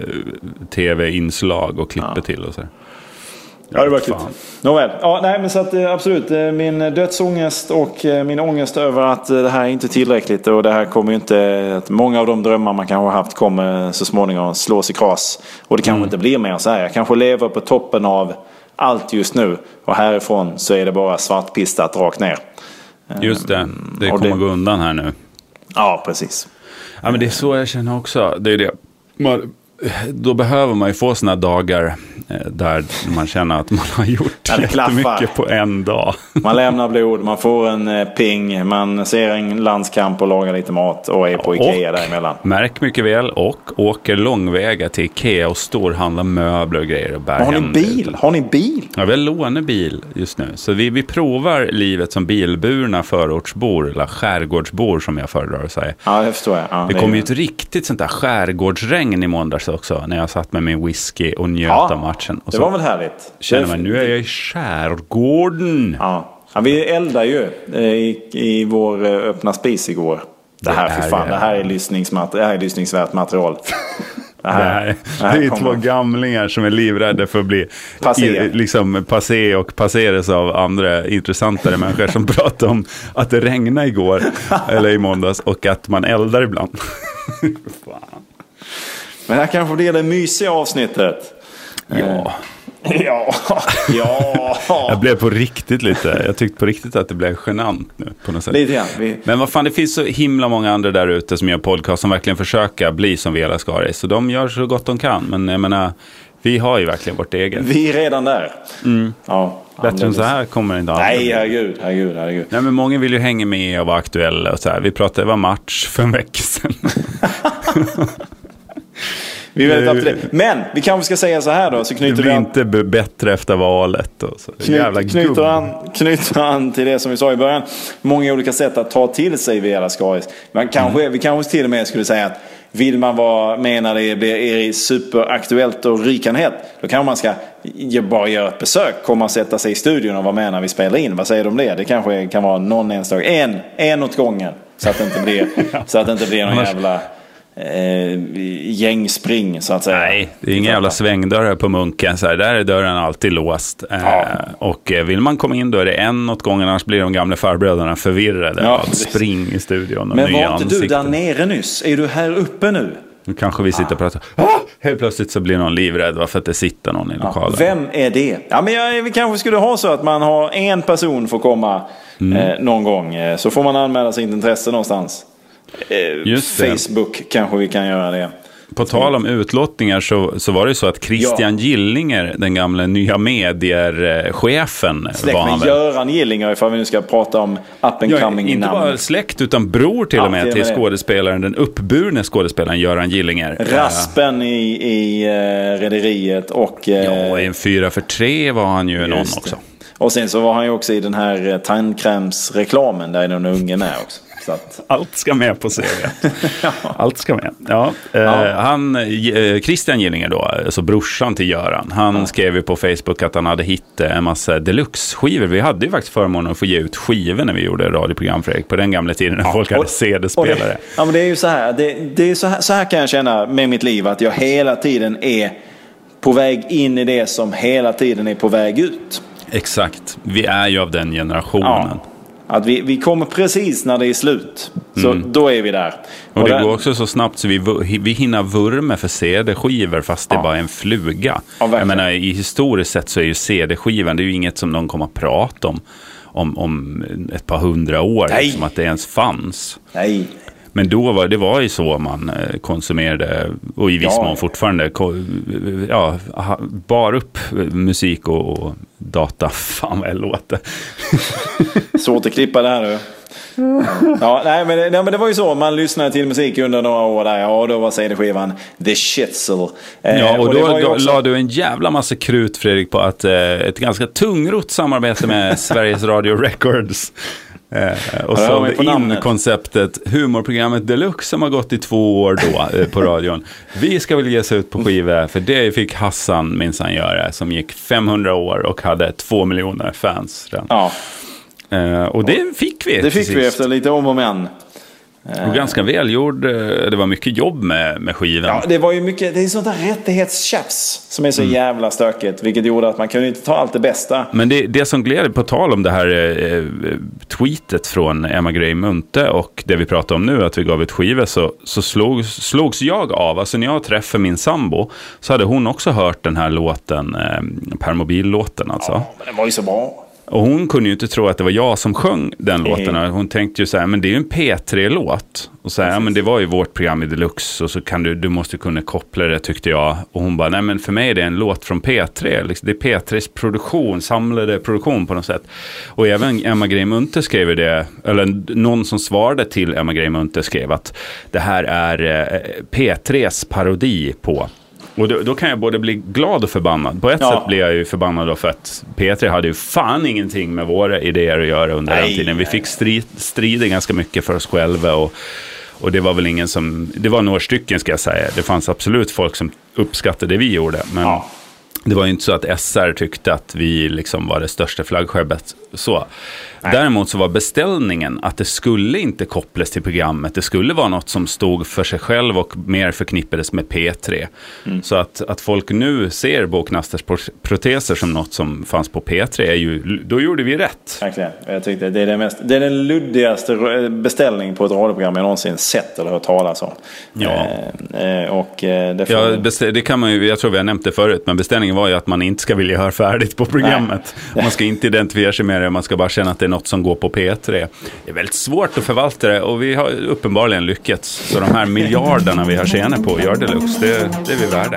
tv-inslag och klipper ja. till och så här. Ja, det var kul. Nåväl. Ja, nej, men så att absolut, min dödsångest och min ångest över att det här är inte tillräckligt och det här kommer ju inte, att många av de drömmar man kanske har haft kommer så småningom slås i kras och det kanske mm. inte blir mer så här. Jag kanske lever på toppen av allt just nu och härifrån så är det bara svartpistat rakt ner. Just det, det kommer det... gå undan här nu. Ja, precis. Ja, men det är så jag känner också. Det är det. Man, då behöver man ju få såna dagar där man känner att man har gjort jättemycket på en dag. Man lämnar blod, man får en ping, man ser en landskamp och lagar lite mat och är på Ikea och, däremellan. Märk mycket väl, och åker långväga till Ikea och storhandlar möbler och grejer och bär har hem. Ni bil? Har ni bil? Ja, vi har lånebil just nu. Så vi, vi provar livet som bilburna förortsbor, eller skärgårdsbor som jag föredrar att säga. Ja, det förstår jag. Ja, det, det kom ju ett riktigt sånt där skärgårdsregn i måndags också, när jag satt med min whisky och njöt ja. av matchen. Och det var väl härligt. Känner man, nu är jag i skärgården. Ja, ja vi eldar ju i, i vår öppna spis igår. Det här, det, för fan, det här är lyssningsmat- det här är lyssningsvärt material. Det här, det, här, det, här det är två gamlingar som är livrädda för att bli i, liksom passé och passeras av andra intressantare människor som pratar om att det regnade igår eller i måndags och att man eldar ibland. Fan. Men det här kanske blir det mysiga avsnittet. Ja. Ja. Ja. Jag blev på riktigt lite. Jag tyckte på riktigt att det blev genant nu på något sätt. Lite grann. Vi... Men vad fan, det finns så himla många andra där ute som gör podcast som verkligen försöker bli som Vela Skaris. Så de gör så gott de kan. Men jag menar, vi har ju verkligen vårt eget. Vi är redan där. Mm. Ja. Bättre än så här kommer det inte att. Nej, herregud, herregud, herregud. Nej, men många vill ju hänga med och vara aktuella och så här. Vi pratade, det var match för en vecka sedan. Vi är väldigt up to date. Men vi kanske ska säga så här då. Så knyter det blir vi an... inte b- bättre efter valet. Och så. Knyt, Jävla knyter, an, knyter an till det som vi sa i början. Många olika sätt att ta till sig Via Lascaris. Men kanske, mm. vi kanske till och med skulle säga att vill man vara med när det blir superaktuellt och rykande hett, då kan man ska bara göra ett besök, komma och sätta sig i studion och vara med när vi spelar in. Vad säger du om det? Det kanske kan vara någon enstaka, en, en åt gången, så att det inte blir, så att det inte blir någon jävla eh, gängspring så att säga. Nej, det är ingen jävla svängdörrar på Munken. Så här, där är dörren alltid låst. Ja. Eh, och vill man komma in då är det en åt gången, annars blir de gamla farbröderna förvirrade. Ja, att spring i studion. Och men nya var inte ansikten. du där nere nyss? Är du här uppe nu? Nu kanske vi sitter och pratar. Ah! Helt plötsligt så blir någon livrädd för att det sitter någon i lokalen. Ja, vem är det? Ja, men jag, vi kanske skulle ha så att man har en person får komma mm. eh, någon gång. Eh, så får man anmäla sitt intresse någonstans. Eh, Facebook kanske vi kan göra det. På tal om utlottningar så, så var det ju så att Christian ja. Gillinger, den gamla nya medier-chefen, släkt var han med Göran Gillinger, ifall vi nu ska prata om up and coming ja, inte namn. bara släkt utan bror till ja, och med till, till skådespelaren, den uppburne skådespelaren Göran Gillinger. Raspen i, i uh, rederiet och... Uh, ja, i en fyra för tre var han ju någon också. Och sen så var han ju också i den här tandkrämsreklamen där någon unge med också. Så att... Allt ska med på C V. ja. Allt ska med. Ja, ja. Eh, han, eh, Christian Gillinger då, alltså brorsan till Göran, han ja. skrev ju på Facebook att han hade hittat en massa deluxe-skivor. Vi hade ju faktiskt förmånen att få ge ut skivor när vi gjorde radioprogram för Erik på den gamla tiden när ja. folk hade C D-spelare. Ja, men det är ju så här, det, det är så här, så här kan jag känna med mitt liv, att jag hela tiden är på väg in i det som hela tiden är på väg ut. Exakt, vi är ju av den generationen. Ja. Att vi, vi kommer precis när det är slut. Så mm. då är vi där. Och, och det den... går också så snabbt så vi, vi hinner vurma för C D-skivor fast det ja. bara är en fluga. Ja, jag menar, i historiskt sett så är ju C D-skivan, det är ju inget som någon kommer att prata om om, om ett par hundra år. Nej. Som att det ens fanns. Nej. Men då var det var ju så man konsumerade, och i viss mån ja. fortfarande ja, bar upp musik och, och data. Fan vad jag låter. Svårt att klippa det här nu. Ja, nej, men, nej, men det var ju så. Man lyssnade till musik under några år där. Ja, då var C D-skivan The Shitzel. Eh, ja, och, och då, då också... la du en jävla massa krut, Fredrik, på att eh, ett ganska tungrott samarbete med Sveriges Radio Records. Eh, och så in namnet. Konceptet humorprogrammet Deluxe som har gått i två år då eh, på radion. Vi ska väl ge sig ut på skiva, för det fick Hassan minsann göra, som gick femhundra år och hade två miljoner fans redan. Ja. Eh, och det fick vi. Det fick sist. vi efter lite om och men. Och ganska välgjord. Det var mycket jobb med, med skivan. Ja, det var ju mycket, det är sånt där rättighetstjafs som är så mm. jävla stökigt, vilket gjorde att man kunde inte ta allt det bästa. Men det, det som gläder, på tal om det här eh, tweetet från Emma Gray Munthe och det vi pratar om nu, att vi gav ett skiva, så, så slog, slogs jag av, alltså när jag träffade min sambo så hade hon också hört den här låten, eh, Permobil-låten alltså. Ja, men den var ju så bra. Och hon kunde ju inte tro att det var jag som sjöng den låten. Hon tänkte ju så här, men det är ju en P tre-låt. Och så här, ja, men det var ju vårt program i Deluxe. Och så kan du, du måste kunna koppla det, tyckte jag. Och hon bara, nej men för mig är det en låt från P tre. Liksom, det är P tres produktion, samlade produktion på något sätt. Och även Emma Gray Munthe skrev det, eller någon som svarade till Emma Gray Munthe skrev att det här är eh, P tres parodi på. Och då, då kan jag både bli glad och förbannad. På ett ja. sätt blir jag ju förbannad då, för att P tre hade ju fan ingenting med våra idéer att göra under nej, den tiden. Vi fick strid, strida ganska mycket för oss själva, och, och det var väl ingen som, det var några stycken ska jag säga. Det fanns absolut folk som uppskattade det vi gjorde, men ja. det var ju inte så att S R tyckte att vi liksom var det största flaggskeppet. Så. Nej. Däremot så var beställningen att det skulle inte kopplas till programmet. Det skulle vara något som stod för sig själv och mer förknippades med P tre. Mm. Så att, att folk nu ser Båknasters proteser som något som fanns på P tre, är ju, då gjorde vi rätt. Verkligen. Jag tyckte det är, det mest, det är den luddigaste beställning på ett radioprogram jag någonsin sett eller hört talas om. Ja. Eh, och eh, det, får... ja, beställ, det kan man ju, jag tror vi har nämnt det förut, men beställningen var ju att man inte ska vilja höra färdigt på programmet. Nej. Man ska inte identifiera sig med det, man ska bara känna att det är något som går på P tre. Det är väldigt svårt att förvalta det, och vi har uppenbarligen lyckats. Så de här miljarderna vi har tjänat på gör Deluxe, det, det är vi värda.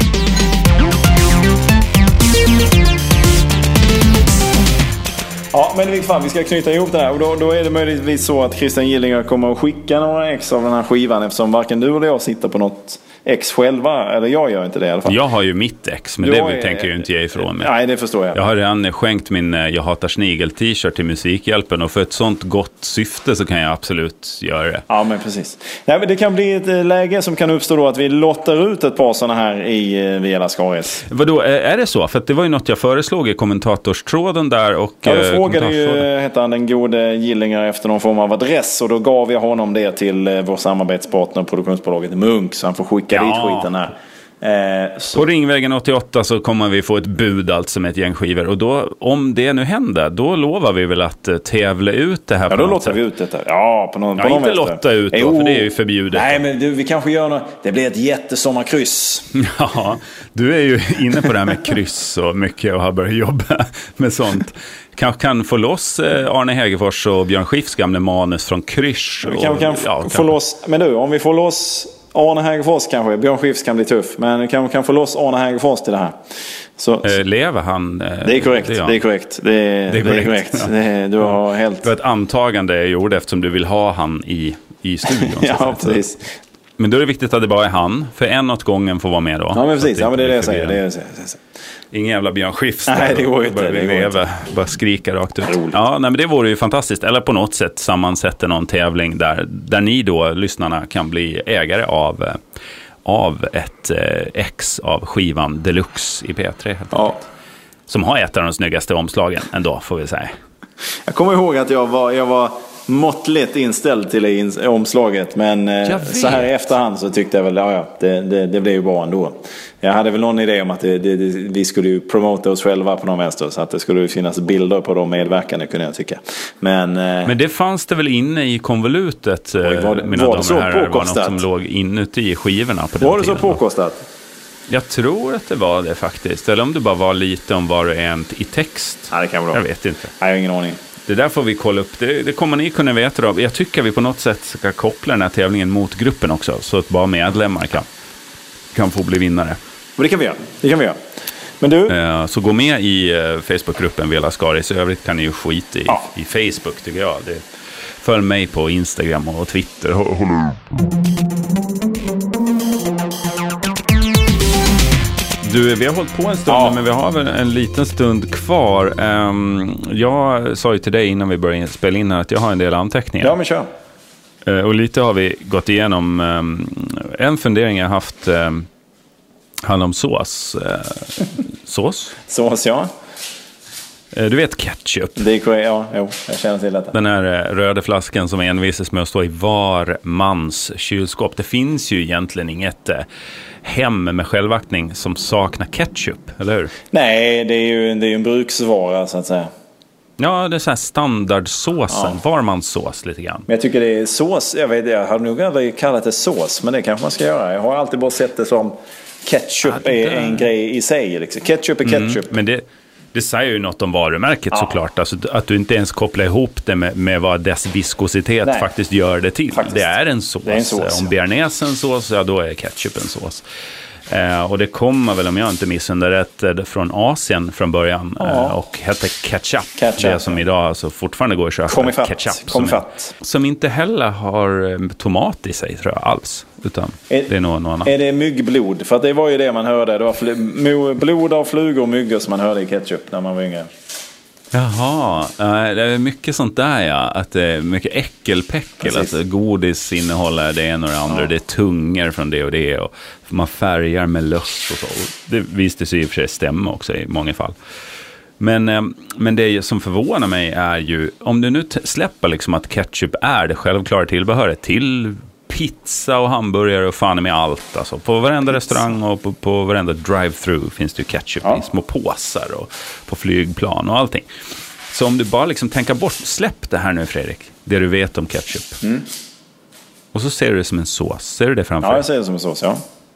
Ja, men i vilket fall, vi ska knyta ihop det här. Och då, då är det möjligtvis så att Christian Gillinger kommer att skicka några ex av den här skivan, eftersom varken du eller jag sitter på något ex själva. Eller jag gör inte det i alla fall. Jag har ju mitt ex, men du det är, tänker jag ju inte ge ifrån mig. Nej, det förstår jag. Jag har redan skänkt min Jag hatar snigel-t-shirt till Musikhjälpen, och för ett sånt gott syfte så kan jag absolut göra det. Ja, men precis. Nej, men det kan bli ett läge som kan uppstå då att vi lottar ut ett par sådana här i Via Lascaris. Vadå, är det så? För att det var ju något jag föreslog i kommentatorstråden där. Och, ja, då frågade ju, hette han, den gode Gillinger efter någon form av adress, och då gav jag honom det till vår samarbetspartner, produktionsbolaget Munk, så han får skicka ja. dit skiten här. Eh, på Ringvägen åttioåtta så kommer vi få ett bud alltså med ett gäng skivor, och då, om det nu händer, då lovar vi väl att uh, tävla ut det här. Ja, då lottar vi ut det. Ja, på någon, ja, på någon inte vänster. lotta ut då, för det är ju förbjudet. Nej, men du, vi kanske gör något. Det blir ett jättesommarkryss. Ja, du är ju inne på det här med kryss och mycket, och har börjat jobba med sånt. Kanske kan få loss Arne Hegerfors och Björn Skifs gamla manus från kryss. Vi kanske kan ja, få loss, men du, om vi får loss Arne Hegerfors kanske, Björn Skifs kan bli tuff, men vi kan, kan få loss Arne Hegerfors till det här. Så, eh, lever han? Eh, det är korrekt, det är, det är korrekt. Det är, det är korrekt. Det är korrekt. Ja. Det, du har helt... Det var ett antagande jag gjorde eftersom du vill ha han i, i studion. Ja, precis. Men då är det viktigt att det bara är han, för en åt gången får vara med då. Ja, men precis. Ja, men det är det jag säger. Det är det jag säger. Ingen jävla Björn Skifs. Nej, det går inte. Det går inte. Bara skrika rakt ut. Ja, nej, men det vore ju fantastiskt. Eller på något sätt sammansätter någon tävling där, där ni då, lyssnarna, kan bli ägare av, av ett eh, ex av skivan Deluxe i P tre. Ja. Som har ett av de snyggaste omslagen ändå, får vi säga. Jag kommer ihåg att jag var... Jag var... måttligt inställd till in- omslaget, men eh, så här i efterhand så tyckte jag väl ja, ja, det, det, det blev ju bra ändå. Jag hade väl någon idé om att det, det, det, vi skulle ju promota oss själva på någon vänster, så att det skulle finnas bilder på de medverkande, kunde jag tycka. Men, eh, men det fanns det väl inne i konvolutet, oj, var det, mina var det så här, påkostat? Var något som låg inuti skivorna på den var det tiden, så påkostat? Jag tror att det var det faktiskt. Eller om det bara var lite om var och en i text. Ja, det kan vara. Jag vet inte. Jag har ingen aning. Det där får vi kolla upp. Det, det kommer ni kunna veta då. Jag tycker vi på något sätt ska koppla den här tävlingen mot gruppen också. Så att bara medlemmar kan, kan få bli vinnare. Men det kan vi göra. Det kan vi göra. Men du... Eh, så gå med i eh, Facebookgruppen Via Lascaris. I övrigt kan ni ju skita i, ja. i Facebook, tycker jag. Det, följ mig på Instagram och Twitter. Du, vi har hållit på en stund, ja. men vi har väl en liten stund kvar. Um, jag sa ju till dig innan vi började spela in här att jag har en del anteckningar. Ja, men kör. Uh, och lite har vi gått igenom. Um, en fundering jag har haft um, handlar om sås. Uh, sås? Sås, ja. Uh, du vet ketchup. Det är korrekt, ja. Jo, jag känner till detta. Den här uh, röda flaskan som envisas med att stå i var mans kylskåp. Det finns ju egentligen inget... Uh, hem med självaktning som saknar ketchup, eller hur? Nej, det är ju det är en bruksvara, så att säga. Ja, det är så här standardsåsen, ja. Varmanssås lite grann. Men jag tycker det är sås, jag vet jag har nog aldrig kallat det sås, men det kanske man ska göra. Jag har alltid bara sett det som ketchup ja, det... är en grej i sig. Liksom. Ketchup är ketchup. Mm, men det... Det säger ju något om varumärket, ja. såklart. Alltså, att du inte ens kopplar ihop det med, med vad dess viskositet Nej. faktiskt gör det till. Faktiskt. Det är en sås. Det är en sås, om ja. bearnaise är en sås, ja, då är ketchup en sås. Eh, och det kommer väl, om jag inte missunderrätt, från Asien från början. Ja. Eh, och hette ketchup. ketchup. Det som idag alltså fortfarande går att köpa. Kom i fatt. Ketchup. Kom som, är, som inte heller har tomat i sig, tror jag, alls. Utan är, det är nog någon annan. Är det myggblod? För att det var ju det man hörde. Det var fl- blod av flugor och myggor som man hörde i ketchup när man var yngre. Jaha, det är mycket sånt där, ja. Att det är mycket äckelpäckel. Alltså, godis innehåller det ena och det andra. Ja. Det är tungor från det och det. Och man färgar med löss och så. Det visste sig i och för sig stämma också i många fall. Men, men det som förvånar mig är ju, om du nu t- släpper liksom att ketchup är det självklara tillbehöret till pizza och hamburgare och fan med allt. Alltså, på varenda pizza. Restaurang och på, på varenda drive-thru finns det ju ketchup ja. i små påsar och på flygplan och allting. Så om du bara liksom tänker bort, släpp det här nu, Fredrik, det du vet om ketchup. Mm. Och så ser du det som en sås. Ser du det framför dig? Ja, jag ser det som en sås, ja.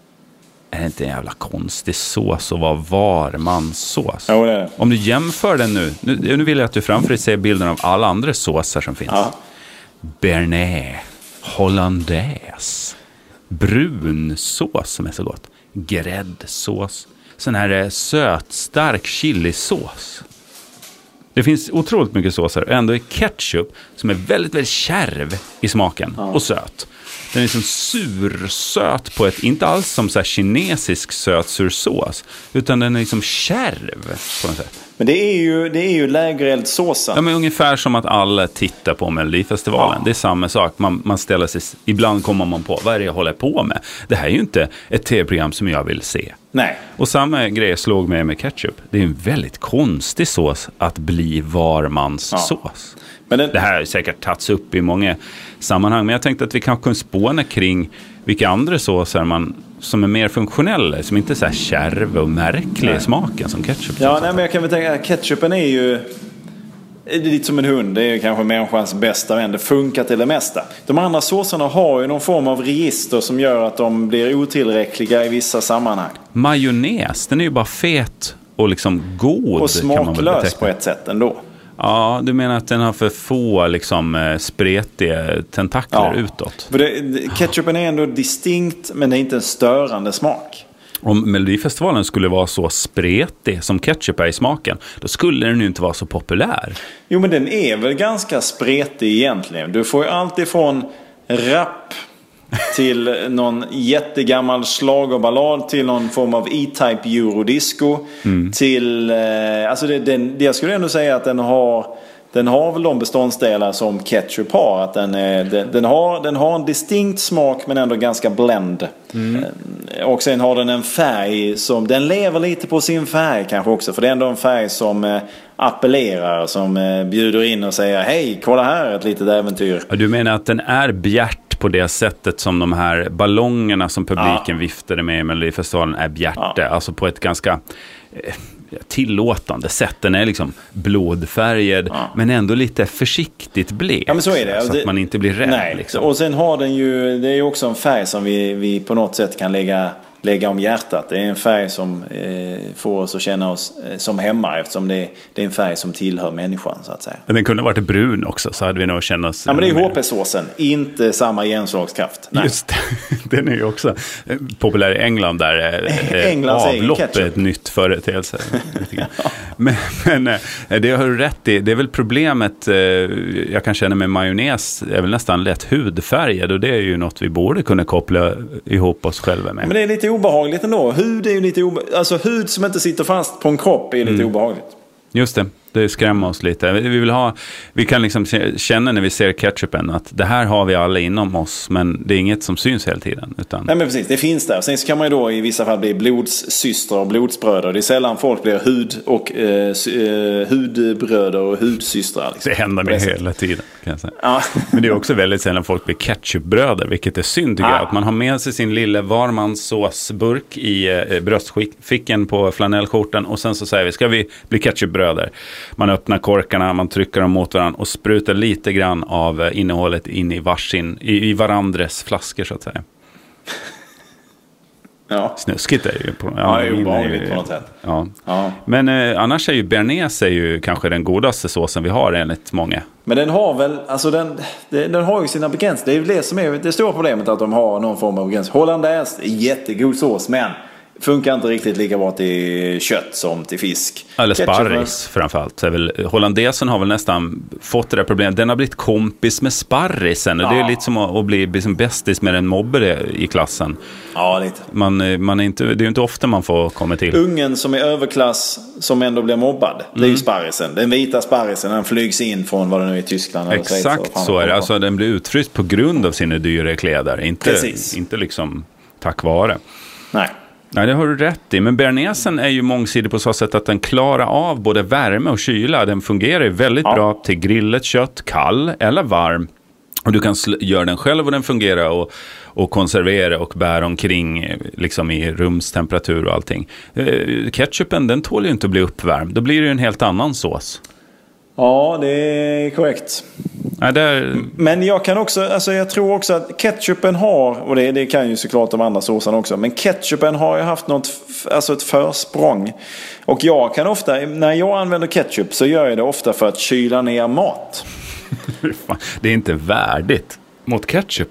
Är det inte en jävla konstig sås att vara varmanssås? Jo, det är det. Om du jämför den nu, nu, nu vill jag att du framför dig ser bilden av alla andra såsar som finns. Ja. Bearnaise, hollandaise, brunsås som är så gott, gräddsås, sån här söt, stark chilisås. Det finns otroligt mycket såser. Ändå är ketchup som är väldigt, väldigt kärv i smaken ja. och söt. Den är liksom sursöt på ett, inte alls som så här kinesisk sötsursås, utan den är liksom kärv på något sätt. Men det är ju, det är ju lägereldssåsen. Ja, men ungefär som att alla tittar på Melodifestivalen. Ja. Det är samma sak. Man, man ställer sig, ibland kommer man på, vad är det jag håller på med? Det här är ju inte ett tv-program som jag vill se. Nej. Och samma grej slog mig med ketchup. Det är en väldigt konstig sås att bli varmans ja. sås. Men den... Det här har säkert tagits upp i många sammanhang. Men jag tänkte att vi kanske kunde spåna kring vilka andra såser man, som är mer funktionella. Som inte är så här kärv och märklig i smaken som ketchup. Ja, nej, men jag kan väl tänka att ketchupen är ju... Det är lite som en hund. Det är ju kanske människans bästa vän. Det funkar till det mesta. De andra såserna har ju någon form av register som gör att de blir otillräckliga i vissa sammanhang. Majonnäs, den är ju bara fet och liksom god. Och smaklös på ett sätt ändå. Ja, du menar att den har för få liksom spretiga tentakler ja. utåt. För det, ketchupen är ändå distinkt, men det är inte en störande smak. Om Melodifestivalen skulle vara så spretig som ketchup är i smaken, då skulle den ju inte vara så populär. Jo, men den är väl ganska spretig egentligen. Du får ju allt ifrån rap till någon jättegammal schlagerballad till någon form av E-Type eurodisco mm. till eh, alltså det, den, jag skulle ändå säga att den har den har väl de beståndsdelar som ketchup har, att den, är, den, den, har, den har en distinkt smak men ändå ganska blend mm. och sen har den en färg som den lever lite på sin färg kanske också, för det är ändå en färg som eh, appellerar, som eh, bjuder in och säger hej, kolla här ett litet äventyr. Du menar att den är bjärt på det sättet som de här ballongerna som publiken ja. viftade med i Melodifestivalen är bjärta, ja. alltså på ett ganska eh, tillåtande sätt. Den är liksom blodfärgad ja. men ändå lite försiktigt blek. Ja, men så är det. Så det, att man inte blir rädd. Nej. Liksom. Och sen har den ju, det är ju också en färg som vi, vi på något sätt kan lägga lägga om hjärtat. Det är en färg som eh, får oss att känna oss eh, som hemma, eftersom det, det är en färg som tillhör människan så att säga. Men den kunde varit brun också, så hade vi nog känt oss... Ja, men det är H P-såsen, inte samma genomslagskraft. Nej. Just det, den är ju också populär i England där Englands avlopp är ett nytt företeelse. men, men det har du rätt i. Det är väl problemet jag kan känna med majonnäs, är väl nästan lätt hudfärgad, och det är ju något vi borde kunna koppla ihop oss själva med. Men det är lite obehagligt ändå. Hud är ju lite obe- alltså hud som inte sitter fast på en kropp är lite mm. obehagligt. Just det. Det skrämmer oss lite. Vi vill ha, vi kan liksom känna när vi ser ketchupen att det här har vi alla inom oss, men det är inget som syns hela tiden. Utan... Nej, men precis, det finns där. Sen så kan man ju då i vissa fall bli blodssystrar och blodsbröder. Det är sällan folk blir hud och eh, hudbröder och hudsystrar. Liksom. Det händer mig hela tiden, kan jag säga. Ja. Men det är också väldigt sällan folk blir ketchupbröder, vilket är synd tycker ah. jag. Att man har med sig sin lilla varmanssåsburk i eh, bröstficken på flanellskjortan, och sen så säger vi, ska vi bli ketchupbröder? Man öppnar korkarna, man trycker dem mot varandra och sprutar lite grann av innehållet in i varsin, i, i varandras flaskor så att säga. Ja. Snuskigt är ju på, ja, det är obehagligt på något sätt. Ja. Ja. Men eh, annars är ju bearnaise är ju kanske den godaste såsen vi har enligt många. Men den har väl, alltså den, den har ju sina begränsningar. Det är ju det som är det stora problemet, att de har någon form av begränsning. Hollandaise är jättegod sås, men funkar inte riktigt lika bra till kött som till fisk. Eller sparris framförallt. Hollandesen har väl nästan fått det där problemet. Den har blivit kompis med sparrisen. Och ja. Det är lite som att bli liksom bästis med en mobbare i klassen. Ja, lite. Man, man är inte, det är ju inte ofta man får komma till. Ungen som är överklass som ändå blir mobbad. Mm. Det är ju sparrisen. Den vita sparrisen, den flygs in från vad det nu är i Tyskland. Exakt så är det. Alltså, den blir utfryst på grund av sina dyra kläder. Inte, inte liksom tack vare. Nej. Nej, det har du rätt i. Men bearnaisen är ju mångsidig på så sätt att den klarar av både värme och kyla. Den fungerar ju väldigt ja. bra till grillet kött, kall eller varm. Och du kan sl- göra den själv, och den fungerar och, och konservera och bära omkring liksom i rumstemperatur och allting. Eh, ketchupen, den tål ju inte att bli uppvärmd. Då blir det ju en helt annan sås. Ja, det är korrekt. Ja, där... Men jag kan också, alltså jag tror också att ketchupen har, och det, det kan ju såklart de andra såserna också, men ketchupen har ju haft något, alltså ett försprång. Och jag kan ofta, när jag använder ketchup så gör jag det ofta för att kyla ner mat. Det är inte värdigt mot ketchupen.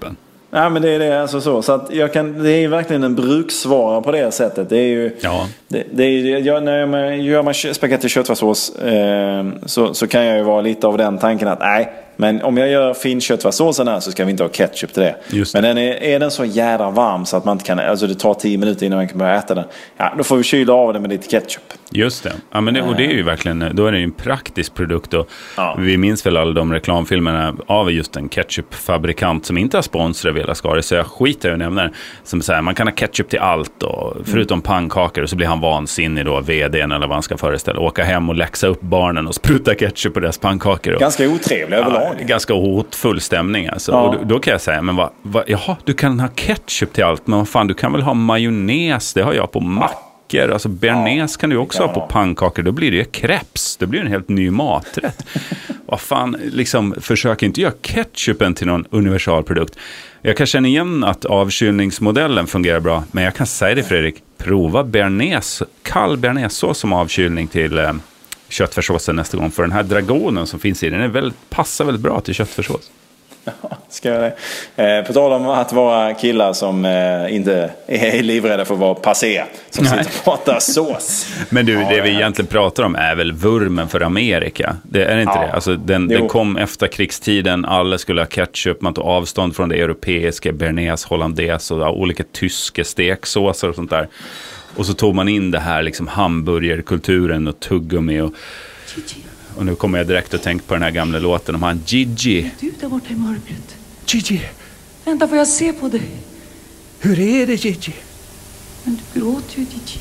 Nej, men det är det alltså så. Så att jag kan, det är verkligen en bruksvara på det sättet. Det är ju, ja. det, det är, jag, när jag gör man spagetti köttfärssås eh, så, så kan jag ju vara lite av den tanken att nej, men om jag gör fin köttfärssåsen här så ska vi inte ha ketchup till det. Just men det. den är, är den så jävla varm så att man inte kan, alltså det tar tio minuter innan man kan börja äta den. Ja, då får vi kyla av den med lite ketchup. Just det. Ja, men det, och det är ju verkligen, då är det ju en praktisk produkt. Och ja. Vi minns väl alla de reklamfilmerna av just en ketchupfabrikant som inte har sponsrat Vela Skari, så jag skiter ju att nämna det. Som säger, man kan ha ketchup till allt och förutom mm. pannkakor, och så blir han vansinnig då, vdn eller vad han ska föreställa. Åka hem och läxa upp barnen och spruta ketchup på deras pannkakor. Och, ganska otrevlig överlag. Ja, ganska hotfull stämning alltså. Ja. Och då, då kan jag säga, men vad, vad, jaha, du kan ha ketchup till allt, men vad fan, du kan väl ha majonnäs, det har jag på mack. Alltså bearnaise ja, kan du också ha på pannkakor. Då blir det crepes. Det blir en helt ny maträtt. Vad fan, liksom, försök inte göra ketchupen till någon universalprodukt. Jag kan känna igen att avkylningsmodellen fungerar bra. Men jag kan säga det, Fredrik. Prova bearnaise, kall bearnaisesås som avkylning till eh, köttfärssåsen nästa gång. För den här dragonen som finns i den är väldigt, passar väldigt bra till köttfärssås. Ja, ska jag det. Eh, på tal om att vara killar som eh, inte är livrädda för att vara passé, som sitter och pratar sås. Men du, ja, det vi egentligen pratar om är väl vurmen för Amerika. Det är inte ja. det. Alltså, den, den kom efter krigstiden, alla skulle ha ketchup, man tog avstånd från det europeiska, bearnaise, hollandaise och ja, olika tyska steksåser och sånt där. Och så tog man in det här liksom hamburgerkulturen och tuggummi och... Och nu kommer jag direkt att tänka på den här gamla låten om han Gigi. Du där borta i mörkret. Gigi. Vänta, får jag se på dig? Hur är det, Gigi? Men du gråter ju, Gigi.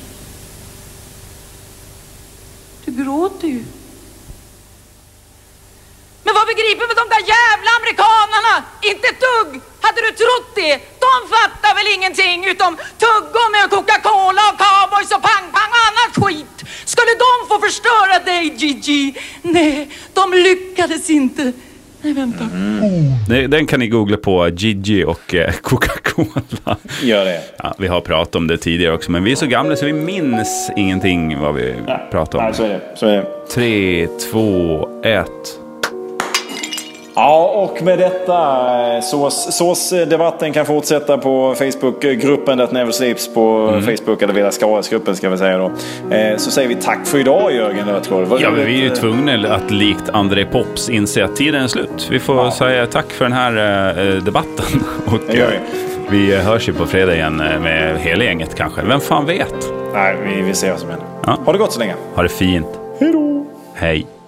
Du gråter ju. Men vad begriper väl de där jävla amerikanerna? Inte ett dugg. Hade du trott det? De fattar väl ingenting utom tuggummi och Coca-Cola och cowboys och pang-pang och annat skit. Skulle de få förstöra dig, Gigi? Nej, de lyckades inte. Nej, vänta. Mm. Den kan ni googla på, Gigi och eh, Coca-Cola. Gör det. Ja, vi har pratat om det tidigare också, men vi är så gamla så vi minns ingenting vad vi ja. pratar om. Nej, så är det. Så är det. Tre, två, ett... Ja, och med detta sås, såsdebatten kan fortsätta på Facebookgruppen That Never Sleeps på mm. Facebook, eller Vela Skaris-gruppen ska vi säga då. Eh, så säger vi tack för idag, Jörgen. Ja, men vi är ju tvungna att likt André Pops inse att tiden är slut. Vi får ja. säga tack för den här eh, debatten. Och eh, vi hörs ju på fredag igen med hela gänget kanske. Vem fan vet? Nej, vi, vi ser vad som händer. Ja. Ha det gott så länge. Ha det fint. Hej då. Hej.